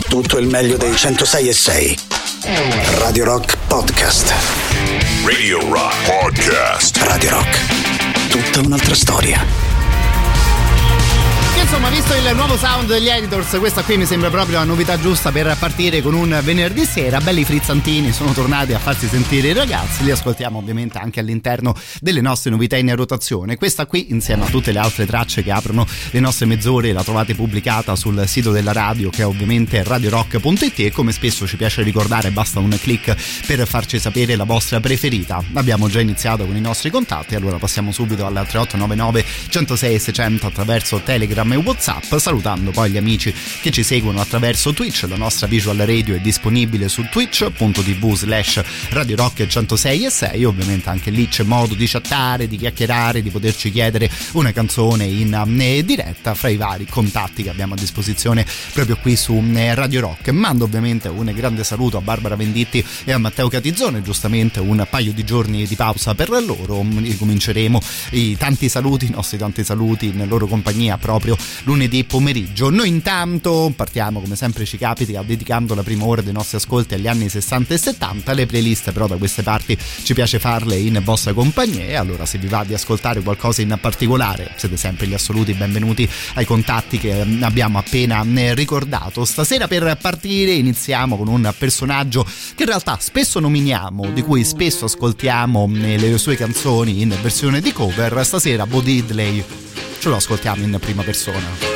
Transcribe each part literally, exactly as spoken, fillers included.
tutto il meglio dei centosei e sei. Radio Rock Podcast. Radio Rock Podcast. Radio Rock. Tutta un'altra storia. Insomma, visto il nuovo sound degli Editors, questa qui mi sembra proprio la novità giusta per partire con un venerdì sera. Belli frizzantini, sono tornati a farsi sentire i ragazzi, li ascoltiamo ovviamente anche all'interno delle nostre novità in rotazione. Questa qui, insieme a tutte le altre tracce che aprono le nostre mezz'ore, la trovate pubblicata sul sito della radio, che è ovviamente radio rock punto it, e come spesso ci piace ricordare basta un click per farci sapere la vostra preferita. Abbiamo già iniziato con i nostri contatti, allora passiamo subito al tre otto nove nove centosei seicento attraverso Telegram e WhatsApp, salutando poi gli amici che ci seguono attraverso Twitch. La nostra visual radio è disponibile su twitch punto tv slash radio rock centosei e sei. Ovviamente anche lì c'è modo di chattare, di chiacchierare, di poterci chiedere una canzone in diretta fra i vari contatti che abbiamo a disposizione proprio qui su Radio Rock. Mando ovviamente un grande saluto a Barbara Venditti e a Matteo Catizzone, giustamente un paio di giorni di pausa per loro. Ricominceremo i tanti saluti, i nostri tanti saluti in loro compagnia proprio lunedì pomeriggio. Noi intanto partiamo, come sempre ci capita, dedicando la prima ora dei nostri ascolti agli anni sessanta e settanta. Le playlist però da queste parti ci piace farle in vostra compagnia, e allora se vi va di ascoltare qualcosa in particolare siete sempre gli assoluti benvenuti ai contatti che abbiamo appena ricordato. Stasera per partire iniziamo con un personaggio che in realtà spesso nominiamo, di cui spesso ascoltiamo le sue canzoni in versione di cover. Stasera Bo Diddley ce lo ascoltiamo in prima persona.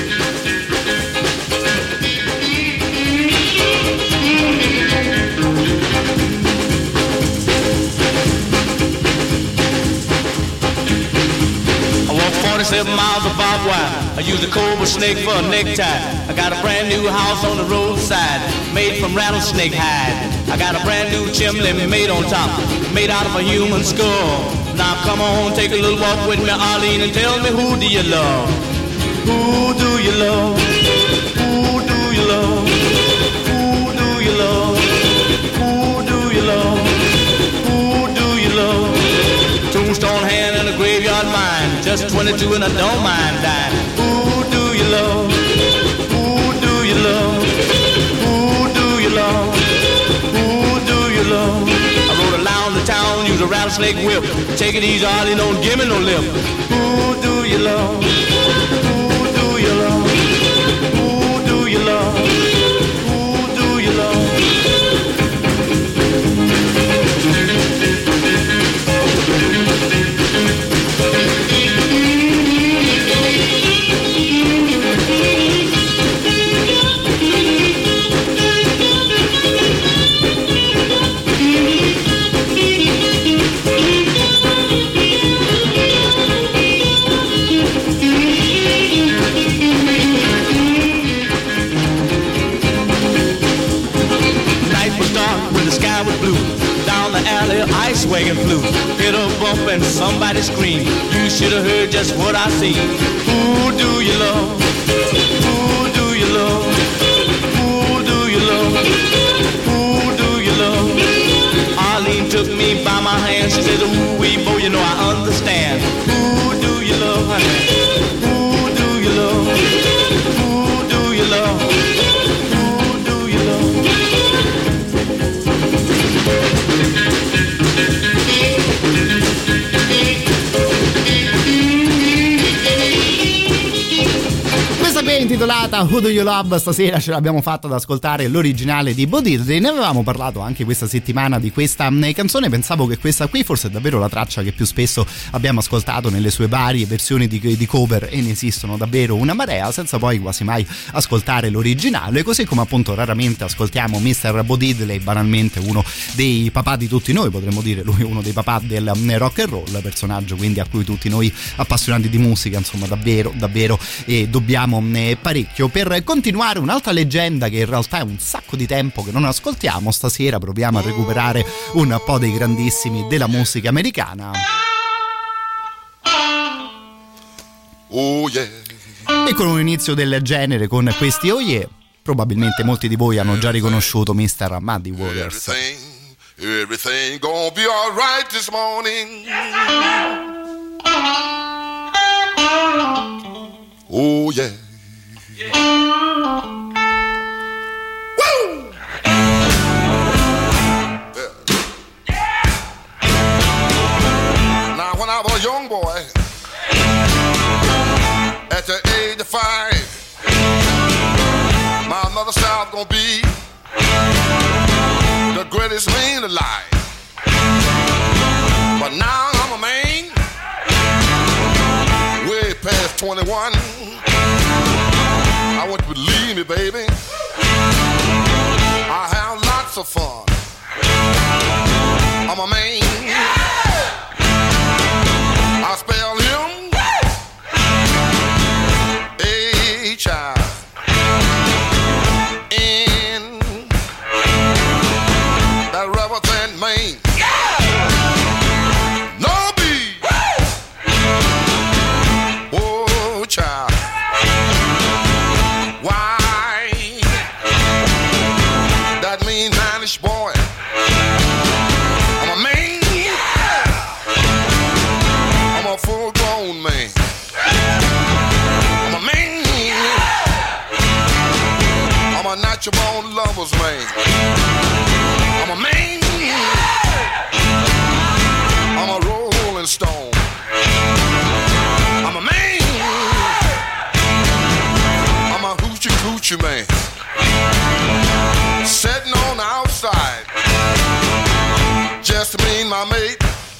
forty-seven miles of barbed wire. I use a cobra snake for a necktie. I got a brand new house on the roadside, made from rattlesnake hide. I got a brand new chimney made on top, made out of a human skull. Now come on, take a little walk with me, Arlene, and tell me, who do you love? Who do you love? Who do you love? Who do you love? Who do you love? Who do you love? Tombstone hand and a graveyard mine, just twenty-two and I don't mind dying. Who do you love? Who do you love? Who do you love? Who do you love? I rode around the town, use a rattlesnake whip. Take it easy, Arlie, don't give me no lip. Who do you love? Who do you love? Who do you love? Who do you love? Ice wagon flew, hit a bump and somebody screamed. You should have heard just what I seen. Who do you love? Who do you love? Who do you love? Who do you love? Arlene took me by my hand. She said, ooh, wee, bo, you know I understand. Who do you love, honey? Who do you love? Who do you love? Who do you love? Questa qui è intitolata Who Do You Love. Stasera ce l'abbiamo fatta ad ascoltare l'originale di Bo Diddley. Ne avevamo parlato anche questa settimana di questa canzone. Pensavo che questa qui fosse davvero la traccia che più spesso abbiamo ascoltato nelle sue varie versioni di, di cover, e ne esistono davvero una marea, senza poi quasi mai ascoltare l'originale. Così come appunto raramente ascoltiamo mister Bo Diddley, banalmente uno dei papà di tutti noi, potremmo dire lui uno dei papà del rock and roll, personaggio quindi a cui tutti noi appassionati di musica insomma davvero davvero e dobbiamo parecchio. Per continuare, un'altra leggenda che in realtà è un sacco di tempo che non ascoltiamo, stasera proviamo a recuperare un po' dei grandissimi della musica americana. Oh yeah. E con un inizio del genere, con questi oh yeah, probabilmente molti di voi hanno già riconosciuto mister Muddy Waters. Everything, everything gonna be all right this morning. Oh yeah. gonna be the greatest man alive. But now I'm a man, way past twenty-one. I want you to believe me, baby. I have lots of fun. I'm a man. I spell him H I N. That rubber band man. No B. Oh, child. Why? That mean manish boy. I'm a man. I'm a full grown man. I'm a man. I'm a natural born lover's man. I'm a man. I'm a rolling stone. I'm a man. I'm a hoochie coochie man. Sitting on the outside, just me and my mate.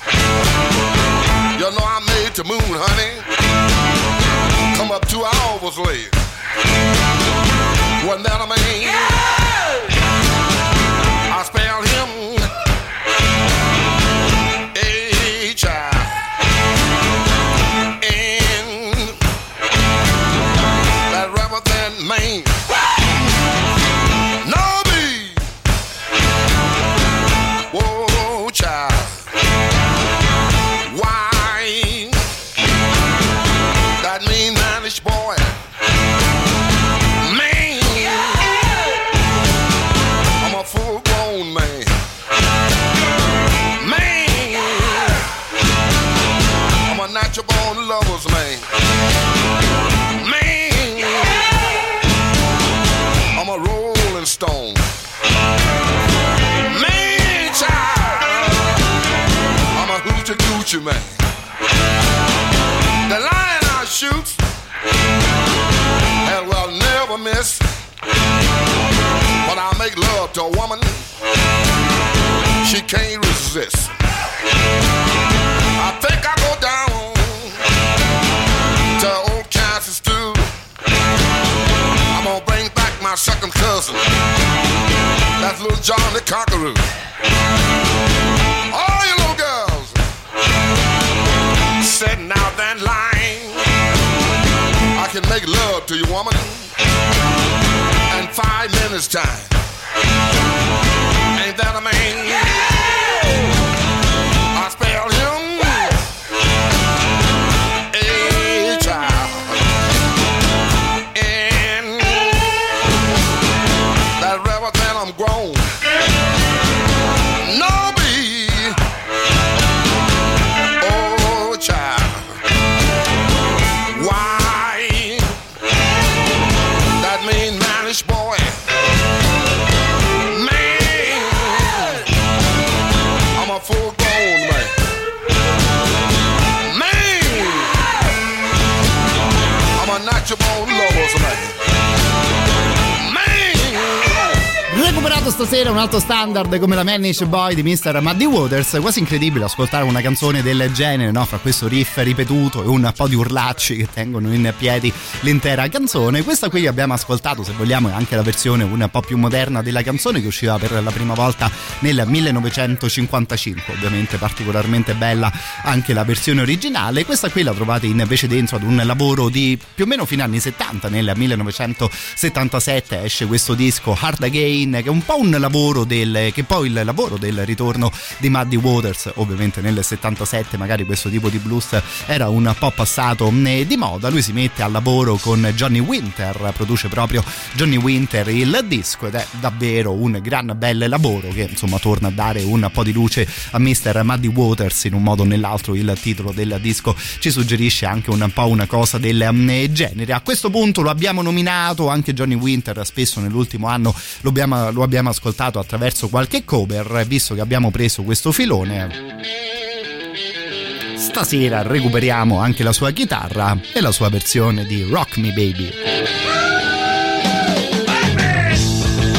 You know I made the moon, honey. Come up two hours late. Wasn't that a man? I spell him H I N. That rubber than man. No B. Whoa, child. Why? That mean manish boy. Man. I'm a full grown man. Man. I'm a natural born lover's man. Man. I'm a rolling stone. Man, child. I'm a hoochie coochie man. The lion I shoot and will never miss. When I make love to a woman, she can't resist. I think I go down to old Kansas too. I'm gonna bring back my second cousin. That's little John the Conqueror. All you little girls sitting out that line, I can make love to you, woman, in five minutes time. Ain't that a man? I spell him H I N. That rubber than I'm grown. No B. Oh, child. Why? That mean manish boy. Man. I'm a full grown man. Man. I'm a natural born lover's man. Recuperato stasera un altro standard come la Manish Boy di mister Muddy Waters. Quasi incredibile ascoltare una canzone del genere, no? Fra questo riff ripetuto e un po' di urlacci che tengono in piedi l'intera canzone. Questa qui abbiamo ascoltato, se vogliamo, è anche la versione un po' più moderna della canzone, che usciva per la prima volta nel millenovecentocinquantacinque. Ovviamente particolarmente bella anche la versione originale. Questa qui la trovate invece dentro ad un lavoro di più o meno fine anni settanta. Nel millenovecentosettantasette esce questo disco Hard Again, che è un po' un lavoro del che poi il lavoro del ritorno di Muddy Waters. Ovviamente nel settantasette magari questo tipo di blues era un po' passato di moda. Lui si mette al lavoro con Johnny Winter, produce proprio Johnny Winter il disco, ed è davvero un gran bel lavoro che insomma torna a dare un po' di luce a mister Muddy Waters in un modo o nell'altro. Il titolo del disco ci suggerisce anche un po' una cosa del genere. A questo punto lo abbiamo nominato anche Johnny Winter, spesso nell'ultimo anno lo abbiamo, lo abbiamo ascoltato attraverso qualche cover. Visto che abbiamo preso questo filone, stasera recuperiamo anche la sua chitarra e la sua versione di Rock Me Baby.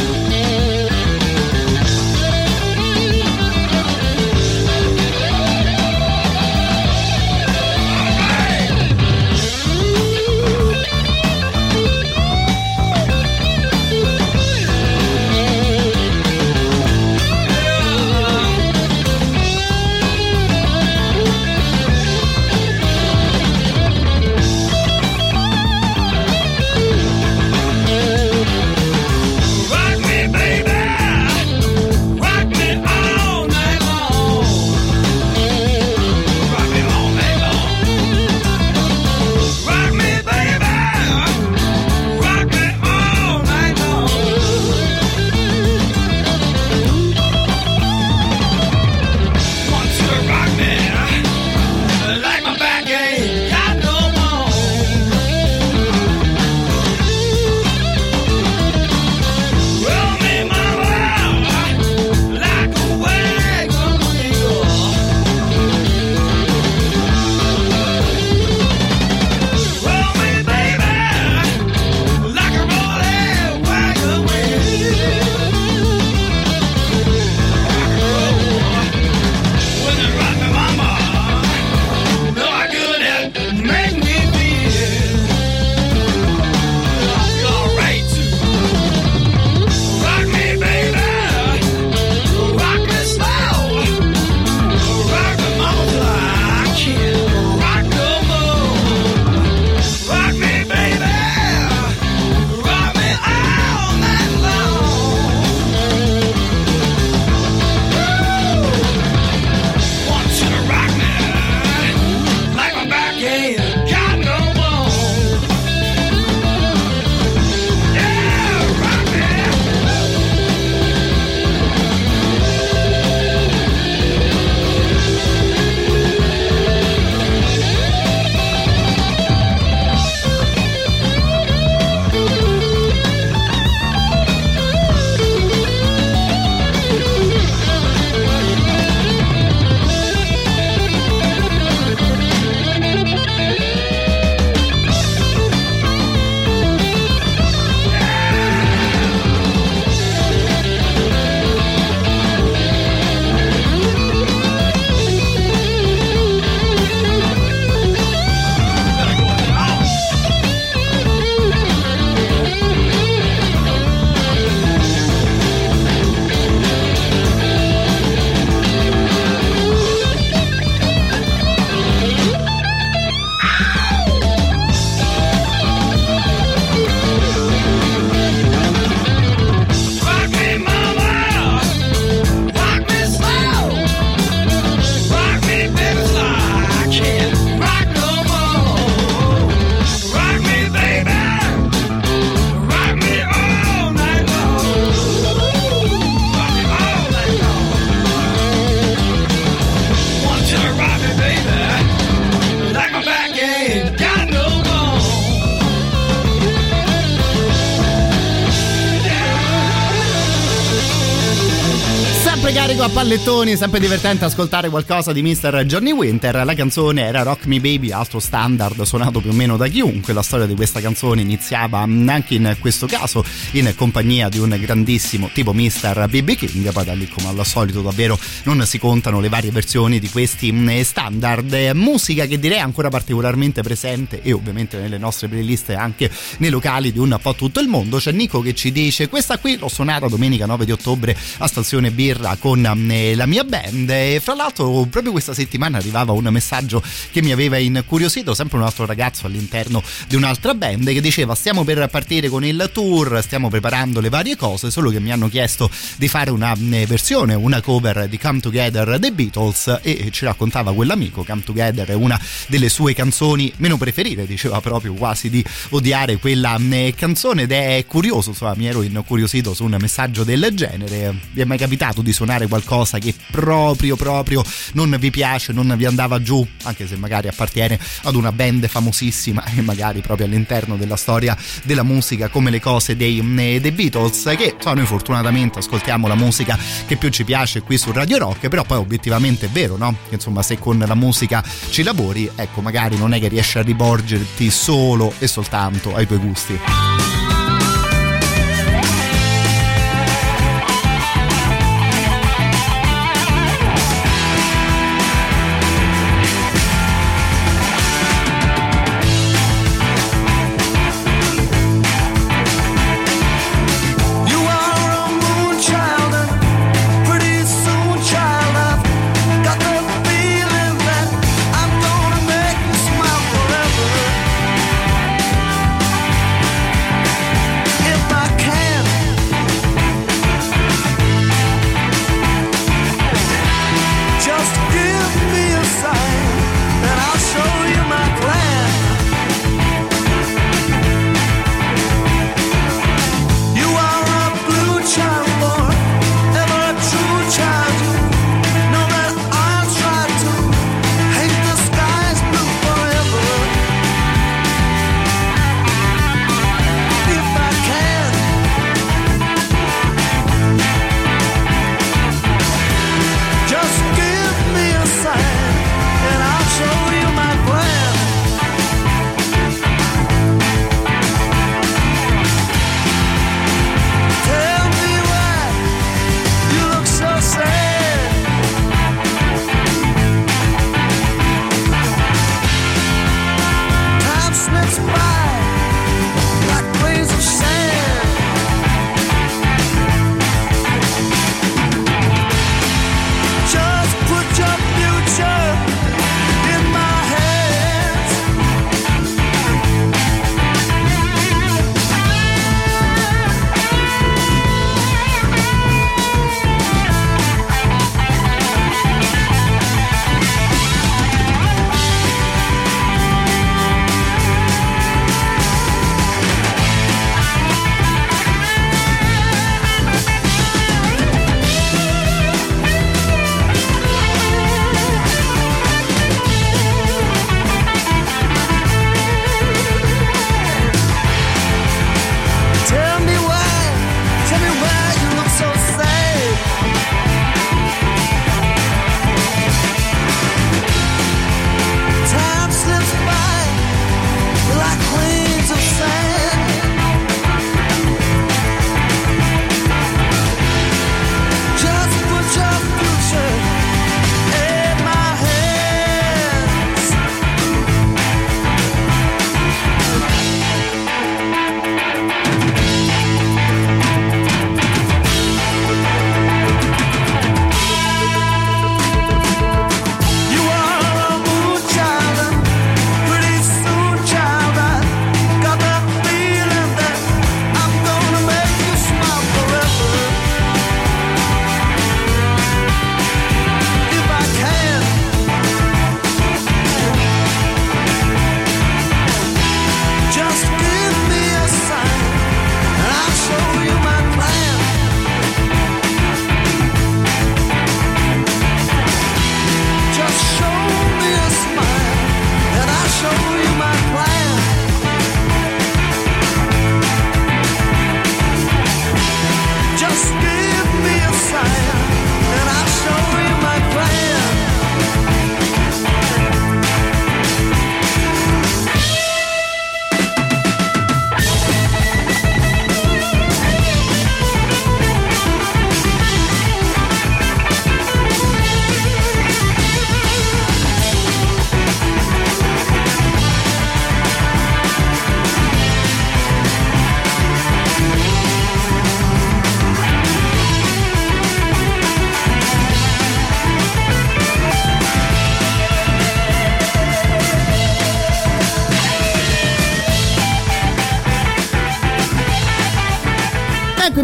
sempre carico a pallettoni, sempre divertente ascoltare qualcosa di mister Johnny Winter. La canzone era Rock Me Baby, altro standard suonato più o meno da chiunque. La storia di questa canzone iniziava anche in questo caso in compagnia di un grandissimo tipo mister B B King. Poi da lì, come al solito, davvero non si contano le varie versioni di questi standard. Musica che direi ancora particolarmente presente e ovviamente nelle nostre playlist e anche nei locali di un po' tutto il mondo. C'è Nico che ci dice: questa qui l'ho suonata domenica nove di ottobre a Stazione Birra con eh, la mia band, e fra l'altro proprio questa settimana arrivava un messaggio che mi aveva incuriosito, sempre un altro ragazzo all'interno di un'altra band che diceva: stiamo per partire con il tour, stiamo preparando le varie cose, solo che mi hanno chiesto di fare una eh, versione, una cover di Come Together dei Beatles, e ci raccontava quell'amico Come Together è una delle sue canzoni meno preferite, diceva proprio quasi di odiare quella eh, canzone, ed è curioso, insomma, mi ero incuriosito su un messaggio del genere. Vi è mai capitato di suonare qualcosa che proprio proprio non vi piace, non vi andava giù, anche se magari appartiene ad una band famosissima e magari proprio all'interno della storia della musica, come le cose dei, dei Beatles, che so, noi fortunatamente ascoltiamo la musica che più ci piace qui su Radio Rock, però poi obiettivamente è vero, no? Che insomma, se con la musica ci lavori, ecco, magari non è che riesci a rivolgerti solo e soltanto ai tuoi gusti.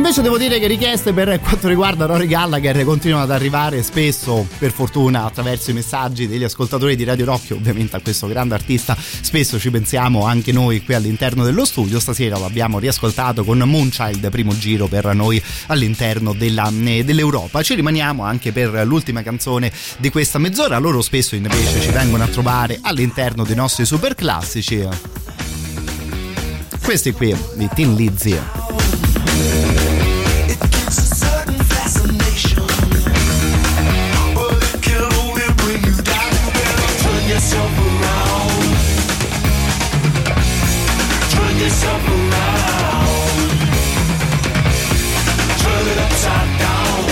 invece devo dire che richieste per quanto riguarda Rory Gallagher continuano ad arrivare spesso, per fortuna, attraverso i messaggi degli ascoltatori di Radio Rock. Ovviamente a questo grande artista spesso ci pensiamo anche noi qui all'interno dello studio. Stasera lo abbiamo riascoltato con Moonchild, primo giro per noi all'interno della, dell'Europa. Ci rimaniamo anche per l'ultima canzone di questa mezz'ora. Loro spesso invece ci vengono a trovare all'interno dei nostri super classici. Questi qui di Thin Lizzy. Yourself around, turn yourself around, turn it upside down,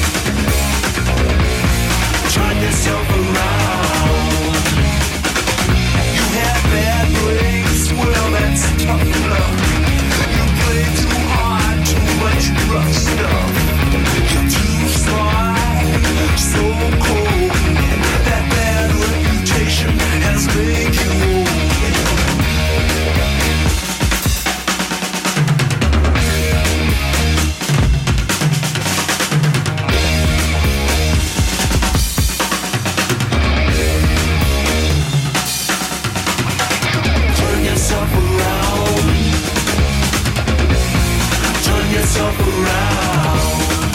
turn yourself around. You have bad breaks, well that's tough love. You play too hard, too much rough stuff. You're too sly, so cold. That bad reputation has made you old. Turn yourself around. Turn yourself around.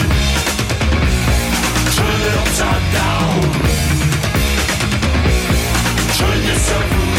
Turn it upside down. Turn yourself around.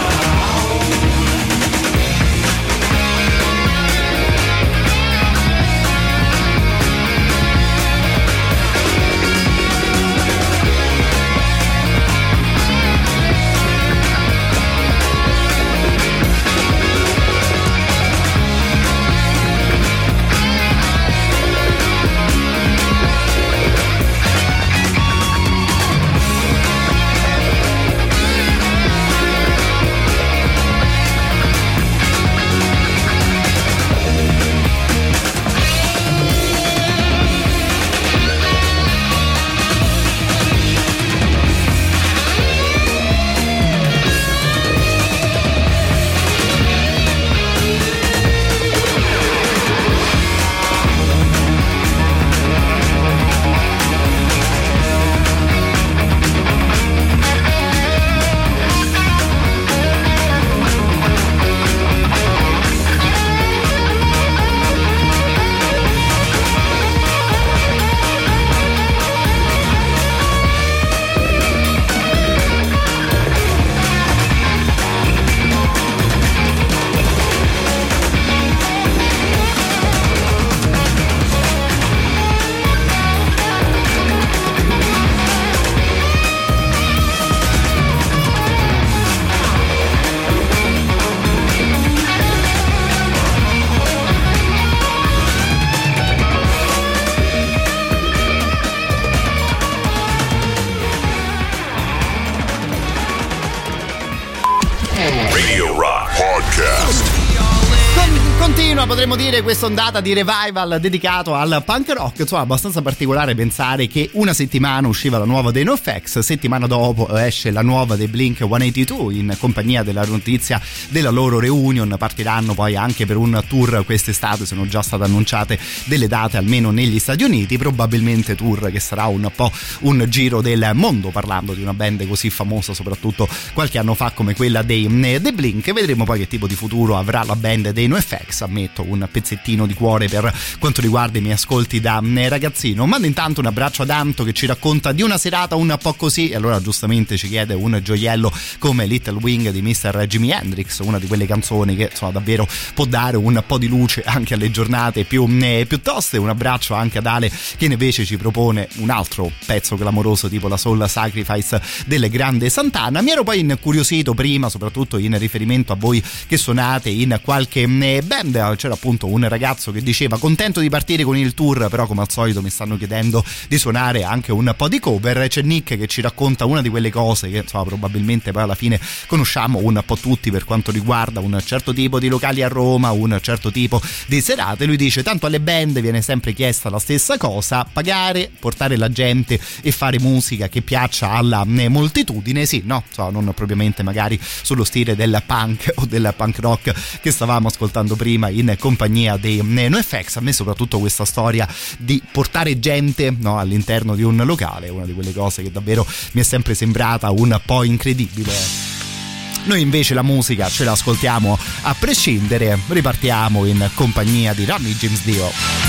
Potremmo dire questa ondata di revival dedicato al punk rock. Insomma, abbastanza particolare pensare che una settimana usciva la nuova dei NoFX, settimana dopo esce la nuova dei Blink centottantadue in compagnia della notizia della loro reunion. Partiranno poi anche per un tour quest'estate, sono già state annunciate delle date almeno negli Stati Uniti, probabilmente tour che sarà un po' un giro del mondo, parlando di una band così famosa soprattutto qualche anno fa come quella dei The Blink. Vedremo poi che tipo di futuro avrà la band dei NoFX. Ammetto un pezzettino di cuore per quanto riguarda i miei ascolti da ragazzino. Mando intanto un abbraccio ad Anto che ci racconta di una serata un po' così, e allora giustamente ci chiede un gioiello come Little Wing di mister Jimi Hendrix, una di quelle canzoni che insomma davvero può dare un po' di luce anche alle giornate più, eh, più toste. Un abbraccio anche ad Ale che invece ci propone un altro pezzo clamoroso tipo la Soul Sacrifice del grande Santana. Mi ero poi incuriosito prima soprattutto in riferimento a voi che suonate in qualche band. C'era appunto un ragazzo che diceva contento di partire con il tour, però come al solito mi stanno chiedendo di suonare anche un po' di cover. C'è Nick che ci racconta una di quelle cose che insomma probabilmente poi alla fine conosciamo un po' tutti per quanto riguarda un certo tipo di locali a Roma, un certo tipo di serate. Lui dice tanto alle band viene sempre chiesta la stessa cosa: pagare, portare la gente e fare musica che piaccia alla moltitudine. Sì, no, insomma, non propriamente magari sullo stile del punk o del punk rock che stavamo ascoltando prima in in compagnia dei NoFX. A me soprattutto questa storia di portare gente, no, all'interno di un locale è una di quelle cose che davvero mi è sempre sembrata un po' incredibile. Noi invece la musica ce l'ascoltiamo a prescindere, ripartiamo in compagnia di Ronnie James Dio.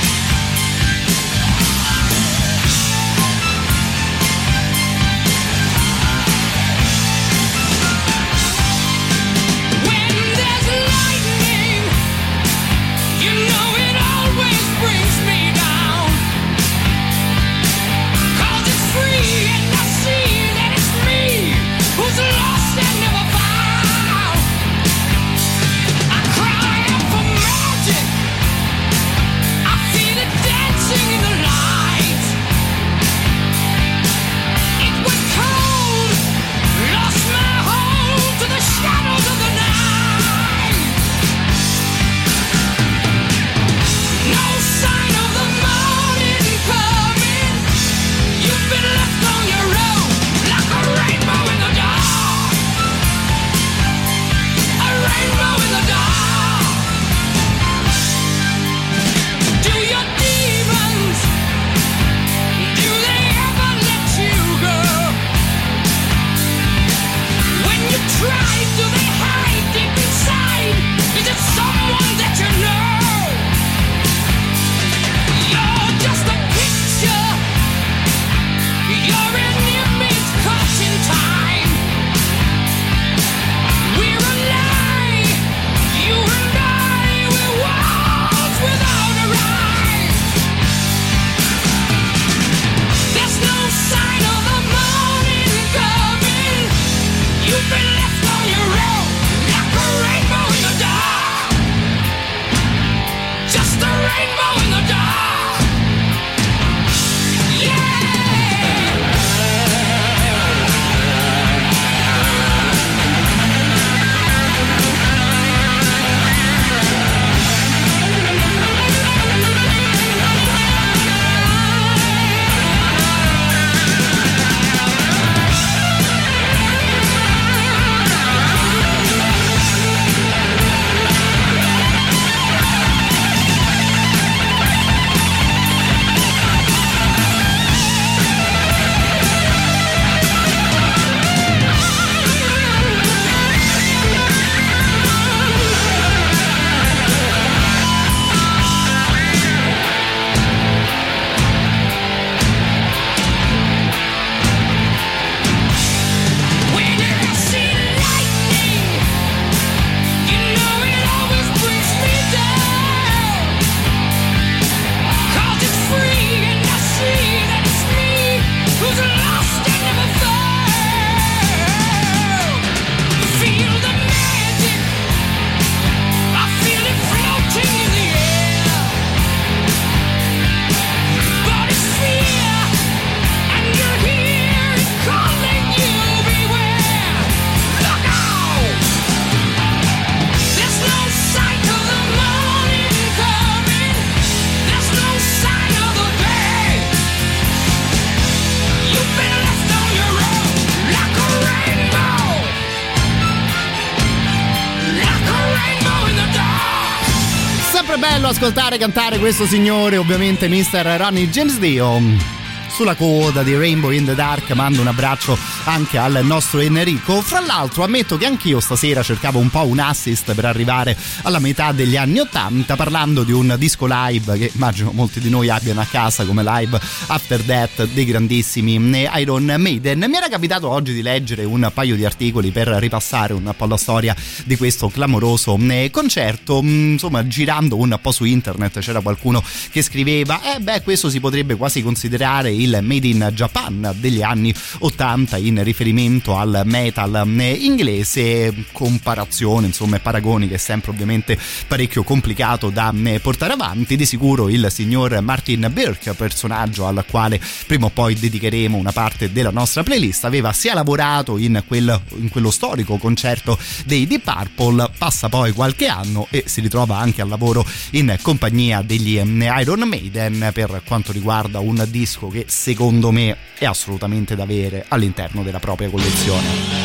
Bello ascoltare cantare questo signore, ovviamente mister Ronnie James Dio. Sulla coda di Rainbow in the Dark mando un abbraccio anche al nostro Enrico. Fra l'altro ammetto che anch'io stasera cercavo un po' un assist per arrivare alla metà degli anni ottanta, parlando di un disco live che immagino molti di noi abbiano a casa come Live After Death dei grandissimi Iron Maiden. Mi era capitato oggi di leggere un paio di articoli per ripassare un po' la storia di questo clamoroso concerto. Insomma, girando un po' su internet c'era qualcuno che scriveva eh beh, questo si potrebbe quasi considerare il Made in Japan degli anni ottanta in riferimento al metal inglese. Comparazione, insomma, e paragoni che è sempre ovviamente parecchio complicato da portare avanti. Di sicuro il signor Martin Birk, personaggio al quale prima o poi dedicheremo una parte della nostra playlist, aveva sia lavorato in, quel, in quello storico concerto dei Deep Purple, passa poi qualche anno e si ritrova anche al lavoro in compagnia degli Iron Maiden per quanto riguarda un disco che secondo me è assolutamente da avere all'interno della propria collezione.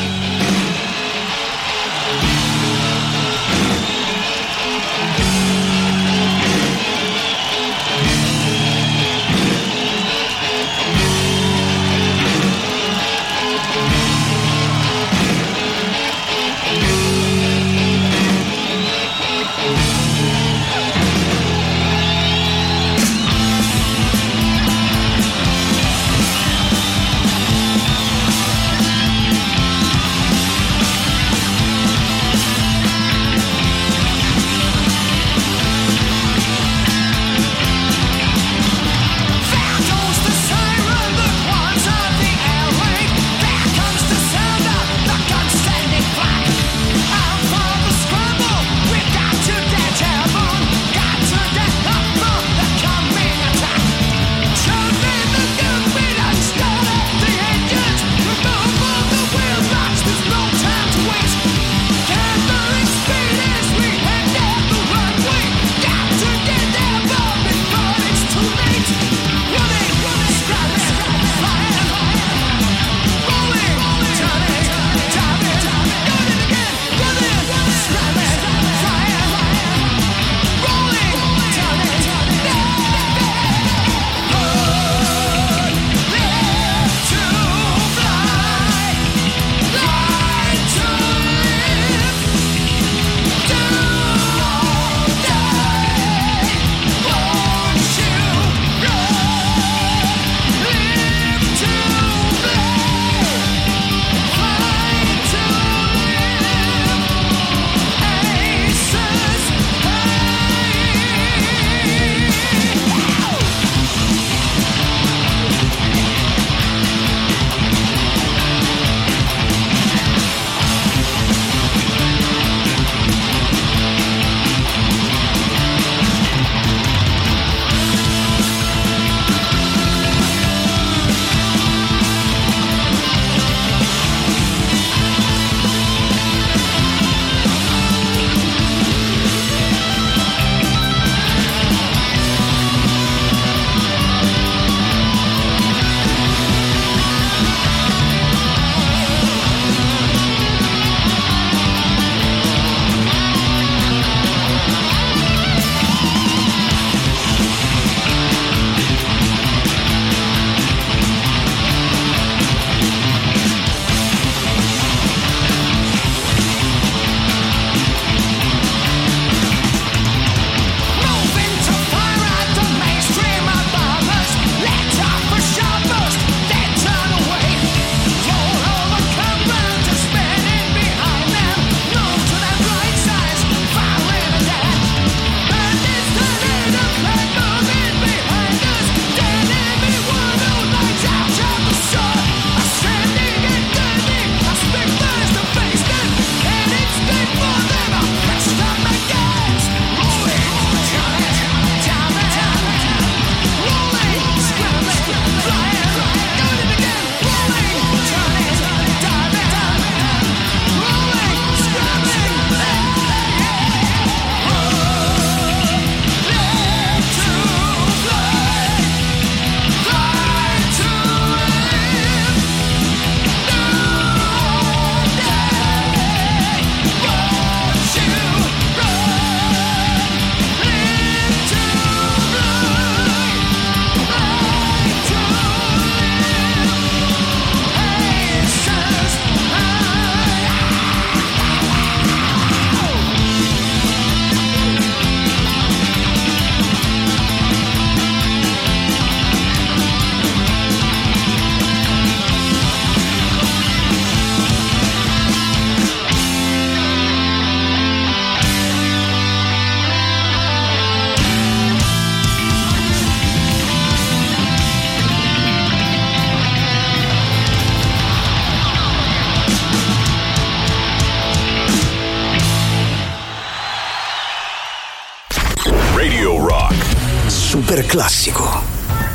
super classico.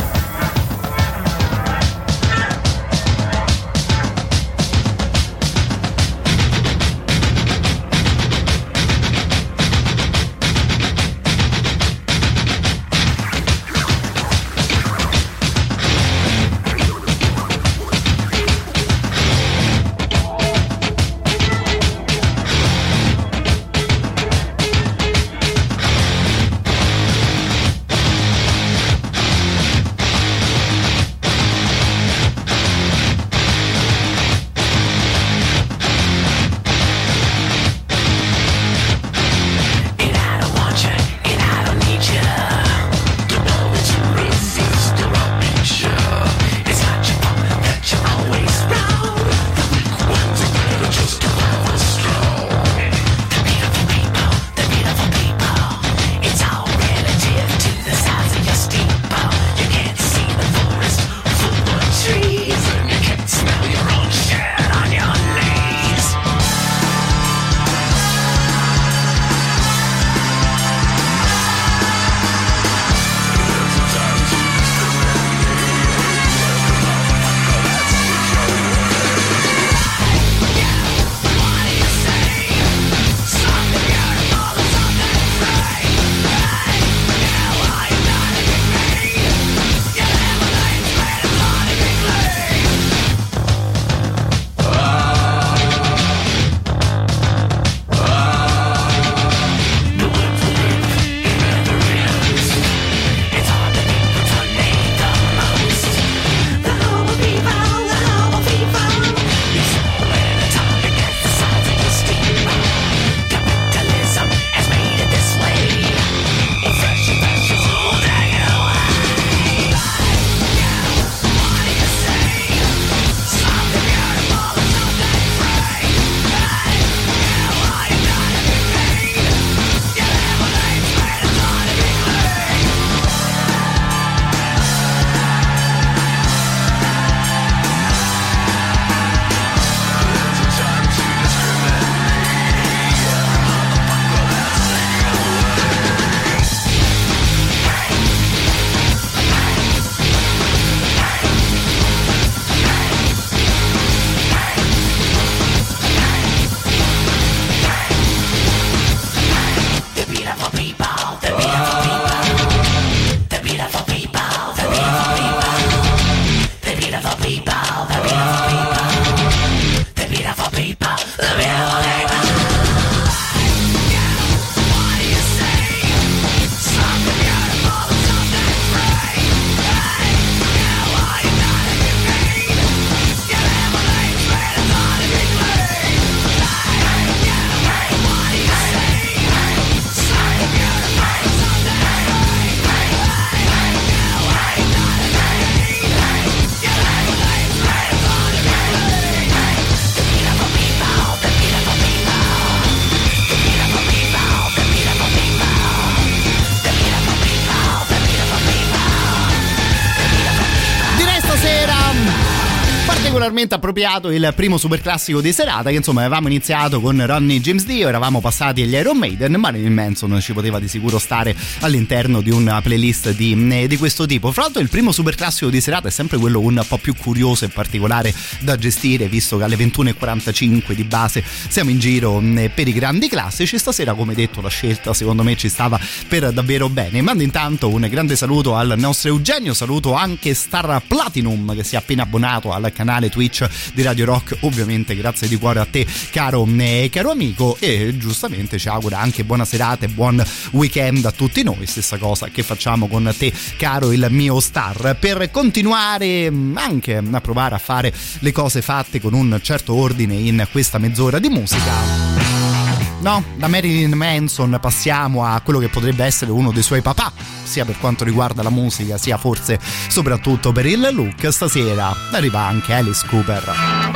particolarmente appropriato il primo superclassico di serata, che insomma avevamo iniziato con Ronnie James Dio, eravamo passati agli Iron Maiden, ma Marilyn Manson ci poteva di sicuro stare all'interno di una playlist di, di questo tipo. Fra l'altro il primo superclassico di serata è sempre quello un po' più curioso e particolare da gestire, visto che alle ventuno e quarantacinque di base siamo in giro per i grandi classici. Stasera, come detto, la scelta secondo me ci stava per davvero bene. Mando intanto un grande saluto al nostro Eugenio, saluto anche Star Platinum che si è appena abbonato al canale Twitch di Radio Rock, ovviamente grazie di cuore a te caro, eh, caro amico, e giustamente ci augura anche buona serata e buon weekend a tutti noi, stessa cosa che facciamo con te caro il mio Star, per continuare anche a provare a fare le cose fatte con un certo ordine in questa mezz'ora di musica. No, da Marilyn Manson passiamo a quello che potrebbe essere uno dei suoi papà, sia per quanto riguarda la musica, sia forse soprattutto per il look. Stasera arriva anche Alice Cooper.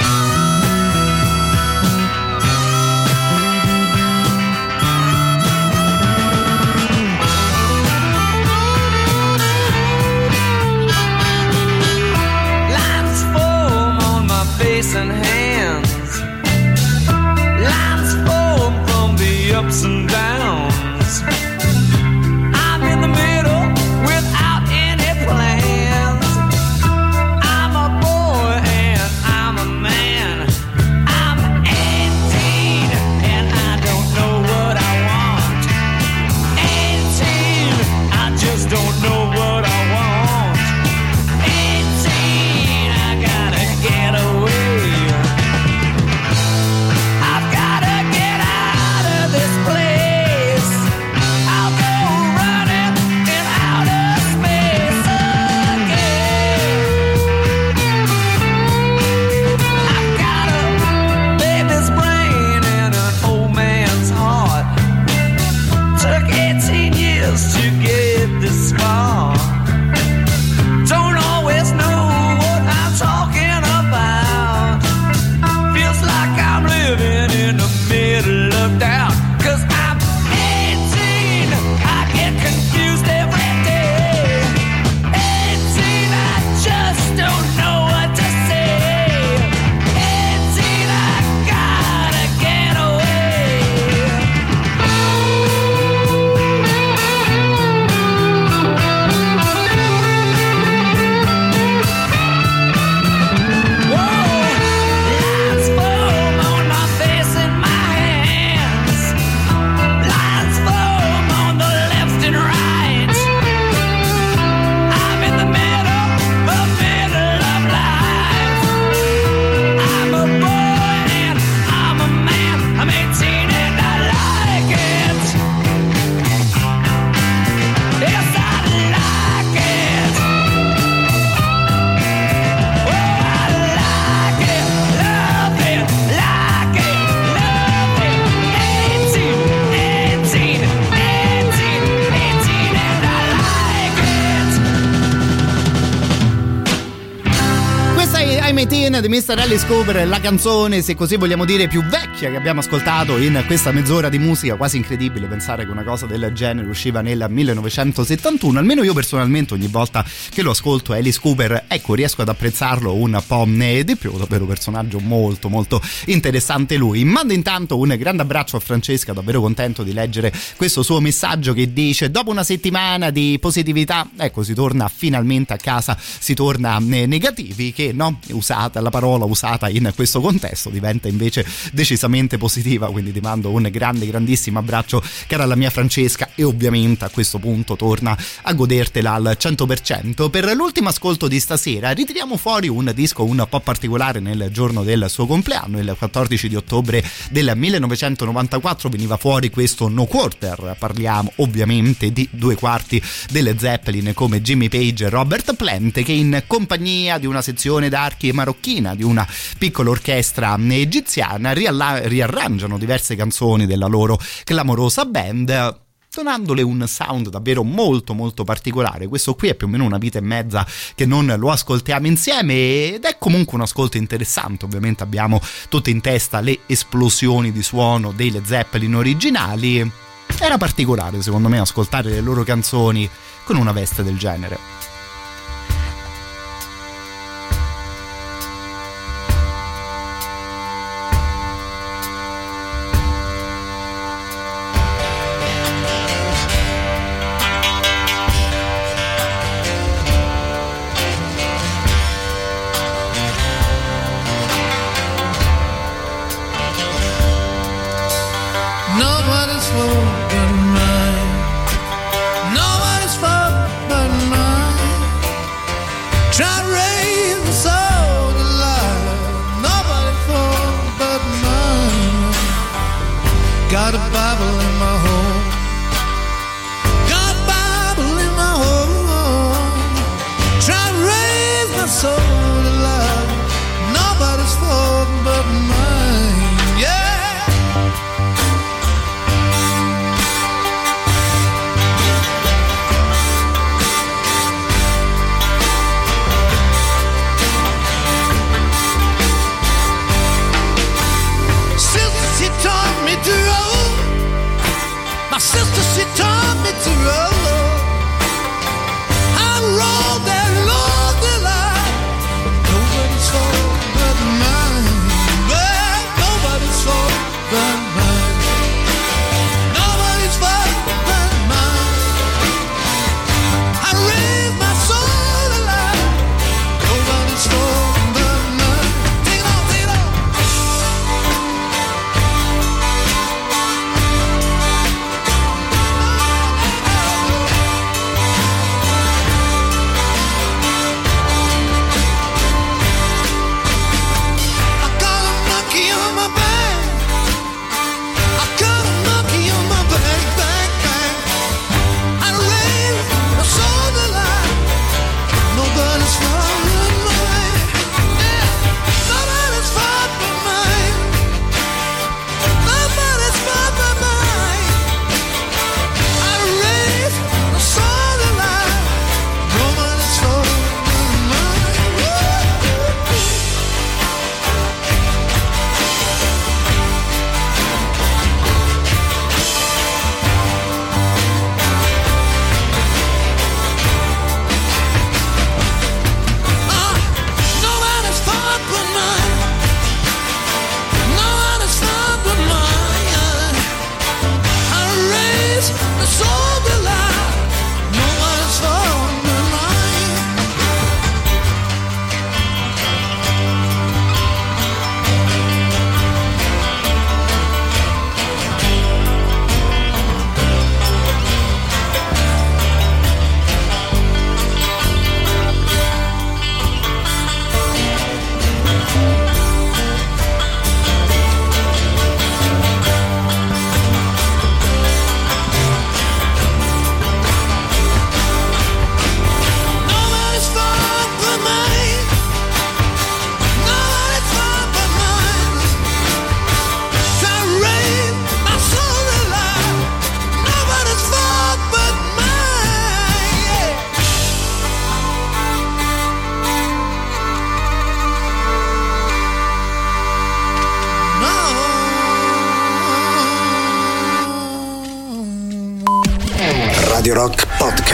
And hands, lines form from the ups and downs. I'm in the middle without Time eighteen di mister Alice Cooper, la canzone, se così vogliamo dire, più vecchia che abbiamo ascoltato in questa mezz'ora di musica. Quasi incredibile pensare che una cosa del genere usciva nel millenovecentosettantuno. Almeno io personalmente ogni volta che lo ascolto Alice Cooper, ecco, riesco ad apprezzarlo un po' di più. Davvero personaggio molto molto interessante lui. Mando intanto un grande abbraccio a Francesca, davvero contento di leggere questo suo messaggio che dice: dopo una settimana di positività, ecco, si torna finalmente a casa, si torna negativi, che no, usata la parola usata in questo contesto diventa invece decisamente positiva. Quindi ti mando un grande grandissimo abbraccio, cara la mia Francesca, e ovviamente a questo punto torna a godertela al cento per cento. Per l'ultimo ascolto di stasera ritiriamo fuori un disco un po' particolare nel giorno del suo compleanno, il quattordici di ottobre del millenovecentonovantaquattro veniva fuori questo No Quarter. Parliamo ovviamente di due quarti delle Zeppelin come Jimmy Page e Robert Plant, che in compagnia di una sezione d'archi marocchina, di una piccola orchestra egiziana, rialla- riarrangiano diverse canzoni della loro clamorosa band, donandole un sound davvero molto molto particolare. Questo qui è più o meno una vita e mezza che non lo ascoltiamo insieme ed è comunque un ascolto interessante. Ovviamente abbiamo tutte in testa le esplosioni di suono delle Zeppelin originali. Era particolare secondo me ascoltare le loro canzoni con una veste del genere. Nobody's fault but mine. Nobody's fault but mine. Try to raise the soul to life. Nobody's fault but mine. Got a Bible in my home. Got a Bible in my home. Try to raise my soul to life. Nobody's fault but mine. Yeah. She taught me to roll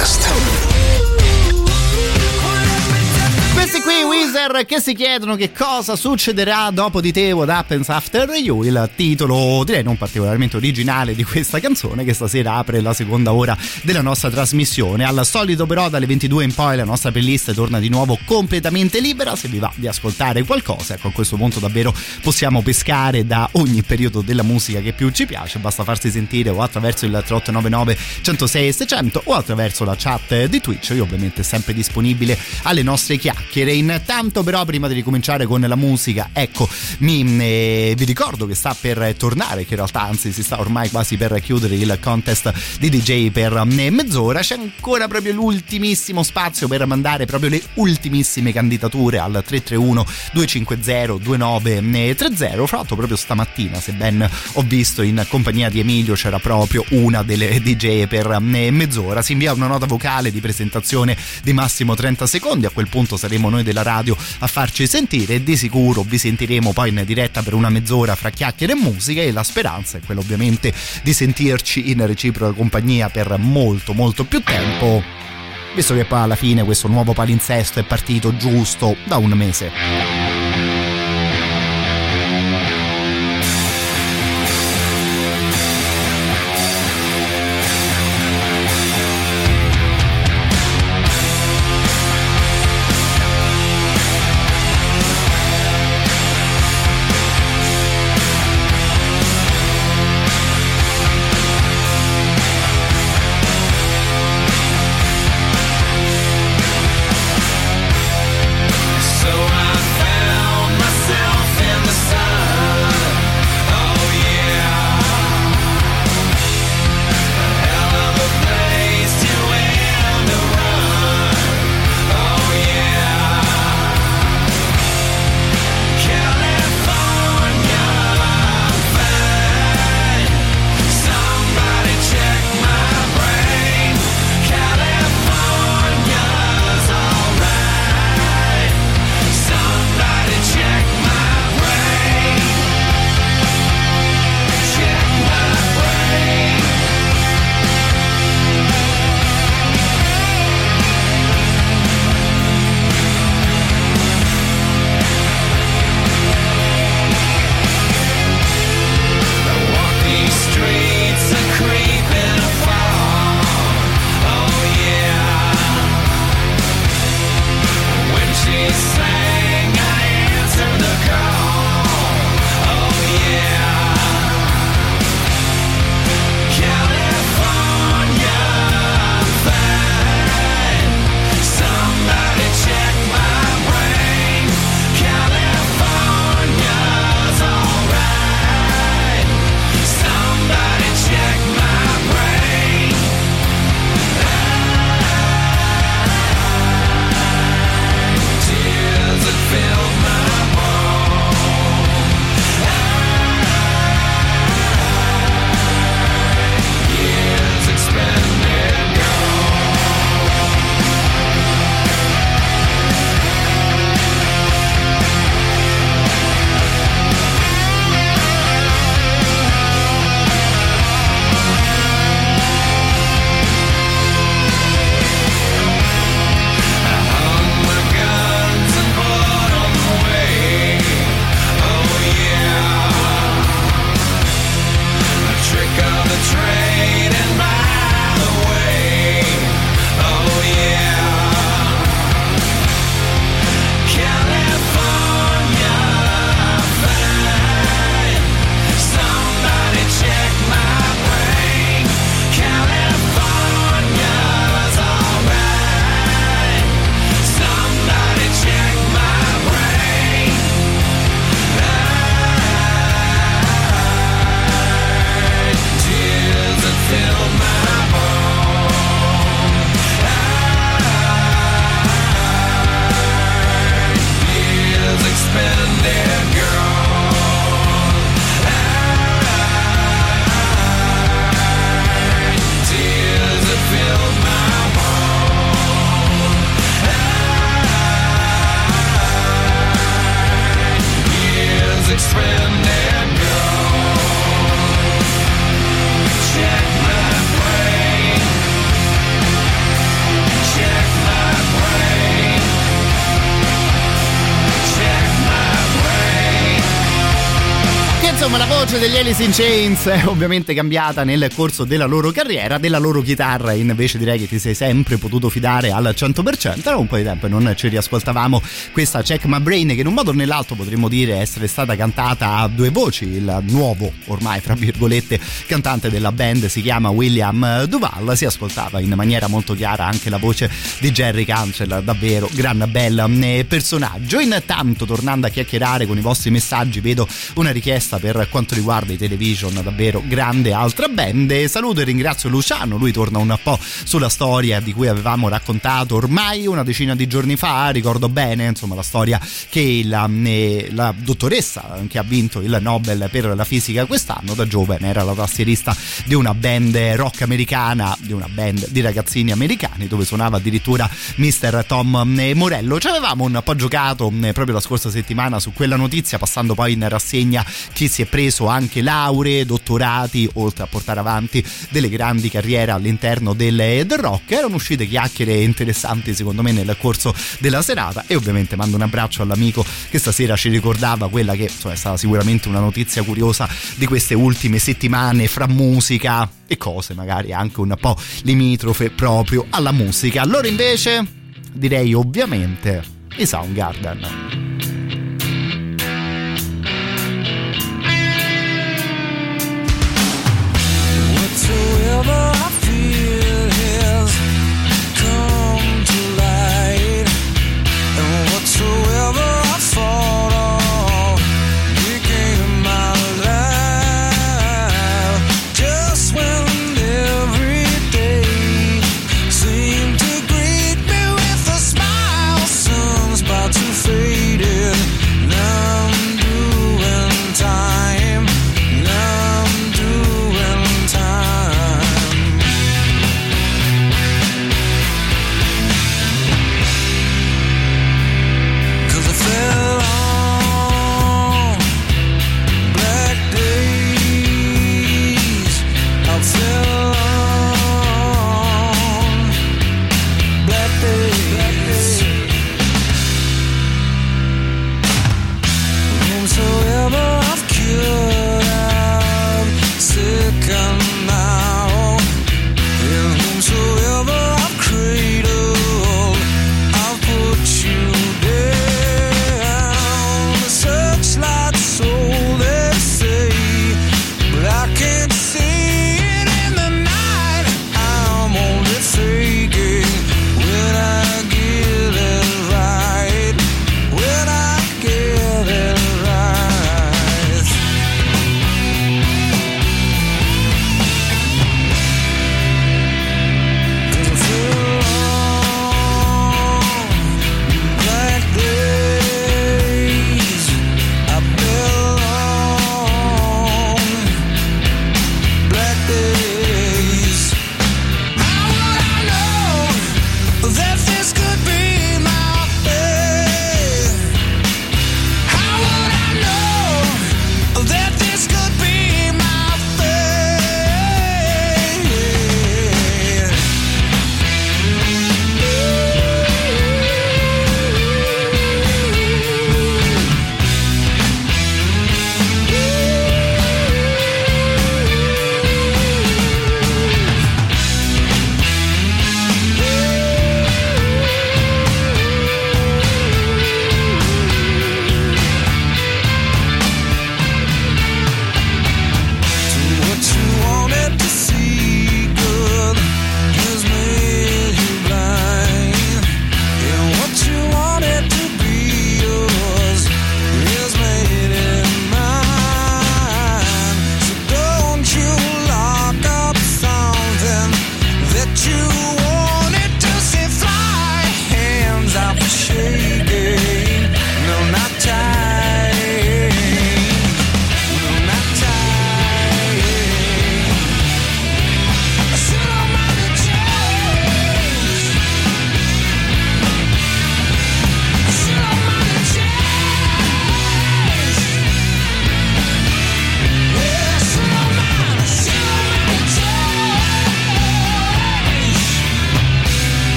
Podcast. Questi qui Weezer che si chiedono che cosa succederà dopo di te, What Happens After You, il titolo direi non particolarmente originale di questa canzone che stasera apre la seconda ora della nostra trasmissione. Al solito però dalle ventidue in poi la nostra playlist torna di nuovo completamente libera, se vi va di ascoltare qualcosa, ecco, a questo punto davvero possiamo pescare da ogni periodo della musica che più ci piace, basta farsi sentire o attraverso il tre otto nove nove uno zero sei sei zero zero o attraverso la chat di Twitch, io ovviamente sempre disponibile alle nostre chiacchiere. Intanto però prima di ricominciare con la musica, ecco, mi, eh, vi ricordo che sta per tornare, che in realtà anzi si sta ormai quasi per chiudere il contest di D J per eh, mezz'ora, c'è ancora proprio l'ultimissimo spazio per mandare proprio le ultimissime candidature al tre tre uno due cinque zero due nove tre zero. Fra l'altro proprio stamattina, se ben ho visto, in compagnia di Emilio c'era proprio una delle D J per eh, mezz'ora. Si invia una nota vocale di presentazione di massimo trenta secondi, a quel punto saremo noi della radio a farci sentire e di sicuro vi sentiremo poi in diretta per una mezz'ora fra chiacchiere e musica, e la speranza è quella ovviamente di sentirci in reciproca compagnia per molto molto più tempo, visto che poi alla fine questo nuovo palinsesto è partito giusto da un mese. So I found Insomma, la voce degli Alice in Chains è ovviamente cambiata nel corso della loro carriera. Della loro chitarra invece direi che ti sei sempre potuto fidare al cento per cento. Era un po' di tempo e non ci riascoltavamo questa Check My Brain, che in un modo o nell'altro potremmo dire essere stata cantata a due voci. Il nuovo, ormai fra virgolette, cantante della band si chiama William Duval. Si ascoltava in maniera molto chiara anche la voce di Jerry Cantrell, davvero gran bel personaggio. Intanto, tornando a chiacchierare con i vostri messaggi, vedo una richiesta per quanto riguarda i Television, davvero grande altra band. Saluto e ringrazio Luciano, lui torna un po' sulla storia di cui avevamo raccontato ormai una decina di giorni fa, ricordo bene, insomma, la storia che la, la dottoressa che ha vinto il Nobel per la fisica quest'anno da giovane era la tastierista di una band rock americana, di una band di ragazzini americani dove suonava addirittura mister Tom Morello. Ci avevamo un po' giocato proprio la scorsa settimana su quella notizia, passando poi in rassegna chi si è preso anche lauree, dottorati, oltre a portare avanti delle grandi carriere all'interno del, del rock. Erano uscite chiacchiere interessanti secondo me nel corso della serata, e ovviamente mando un abbraccio all'amico che stasera ci ricordava quella che insomma, è stata sicuramente una notizia curiosa di queste ultime settimane fra musica e cose magari anche un po' limitrofe proprio alla musica. Allora invece direi ovviamente i Soundgarden. Whatsoever I feel has come to light, and whatsoever I thought of became my life. Just when every day seemed to greet me with a smile, sun's about to fade in. Now I'm doing time. Now I'm doing time.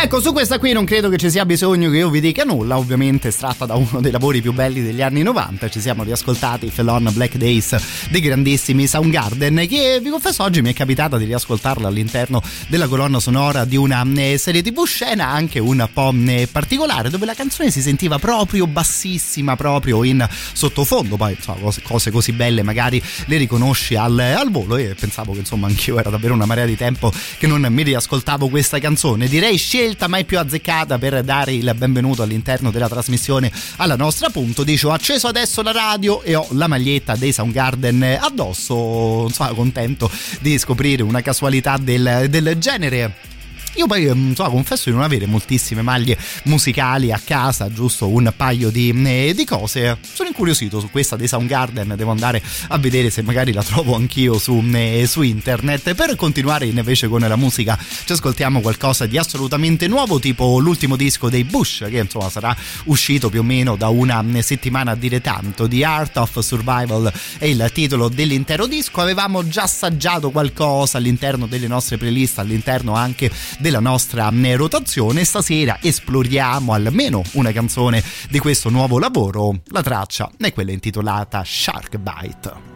Ecco, su questa qui non credo che ci sia bisogno che io vi dica nulla, ovviamente è tratta da uno dei lavori più belli degli anni novanta, ci siamo riascoltati Felon Black Days dei grandissimi Soundgarden, che vi confesso oggi mi è capitata di riascoltarla all'interno della colonna sonora di una serie tv, scena anche un po' particolare, dove la canzone si sentiva proprio bassissima, proprio in sottofondo. Poi insomma, cose, cose così belle magari le riconosci al, al volo, e pensavo che insomma anch'io era davvero una marea di tempo che non mi riascoltavo questa canzone. Direi scelta mai più azzeccata per dare il benvenuto all'interno della trasmissione alla nostra, appunto. Dice: ho acceso adesso la radio e ho la maglietta dei Soundgarden addosso, insomma contento di scoprire una casualità del, del genere. Io poi insomma, confesso di non avere moltissime maglie musicali a casa, giusto un paio di, eh, di cose. Sono incuriosito su questa dei Soundgarden, devo andare a vedere se magari la trovo anch'io su, eh, su internet. Per continuare invece con la musica ci ascoltiamo qualcosa di assolutamente nuovo, tipo l'ultimo disco dei Bush, che insomma sarà uscito più o meno da una settimana a dire tanto. The Art of Survival è il titolo dell'intero disco. Avevamo già assaggiato qualcosa all'interno delle nostre playlist, all'interno anche della nostra rotazione. Stasera esploriamo almeno una canzone di questo nuovo lavoro. La traccia è quella intitolata Shark Bite.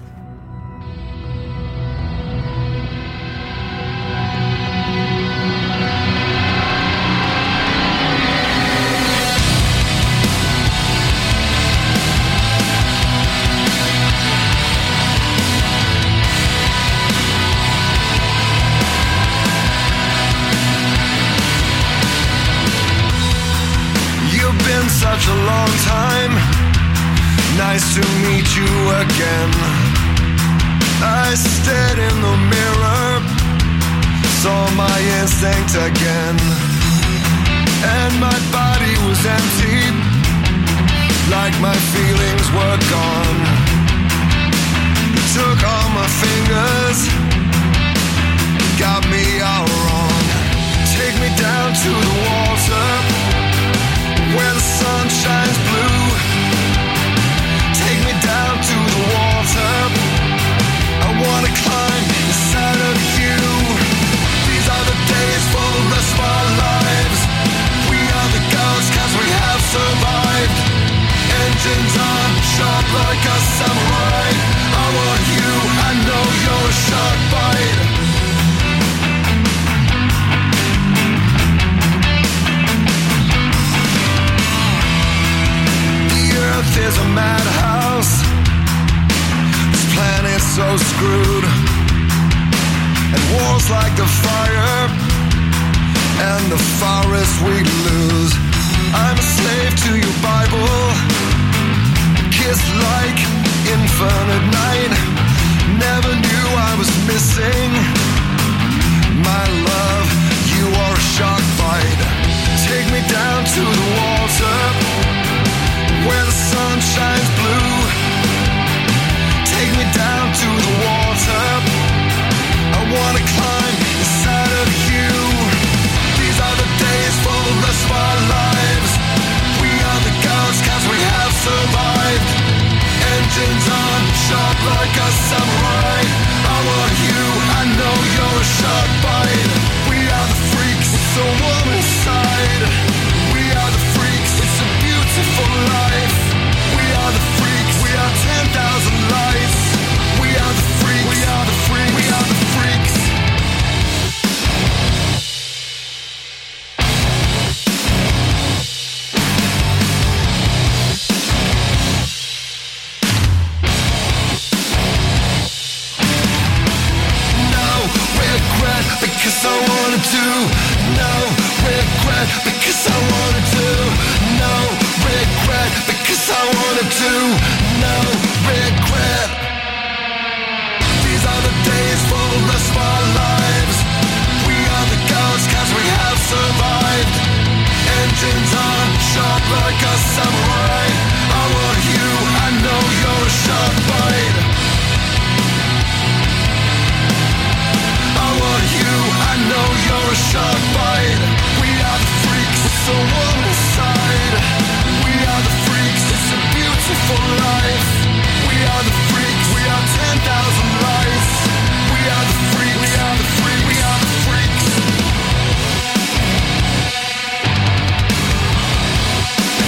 Such a long time, nice to meet you again. I stared in the mirror, saw my instinct again, and my body was empty, like my feelings were gone. Took all my fingers, got me all wrong. Take me down to the water, where the sun shines blue. Take me down to the water, I wanna climb inside of you. These are the days for the rest of our lives. We are the gods cause we have survived. Engines on, sharp like a samurai. I want you, I know you're a shark bite. Earth is a madhouse, this planet's so screwed, and wars like the fire, and the forest we lose. I'm a slave to your Bible, kissed like infinite night. Never knew I was missing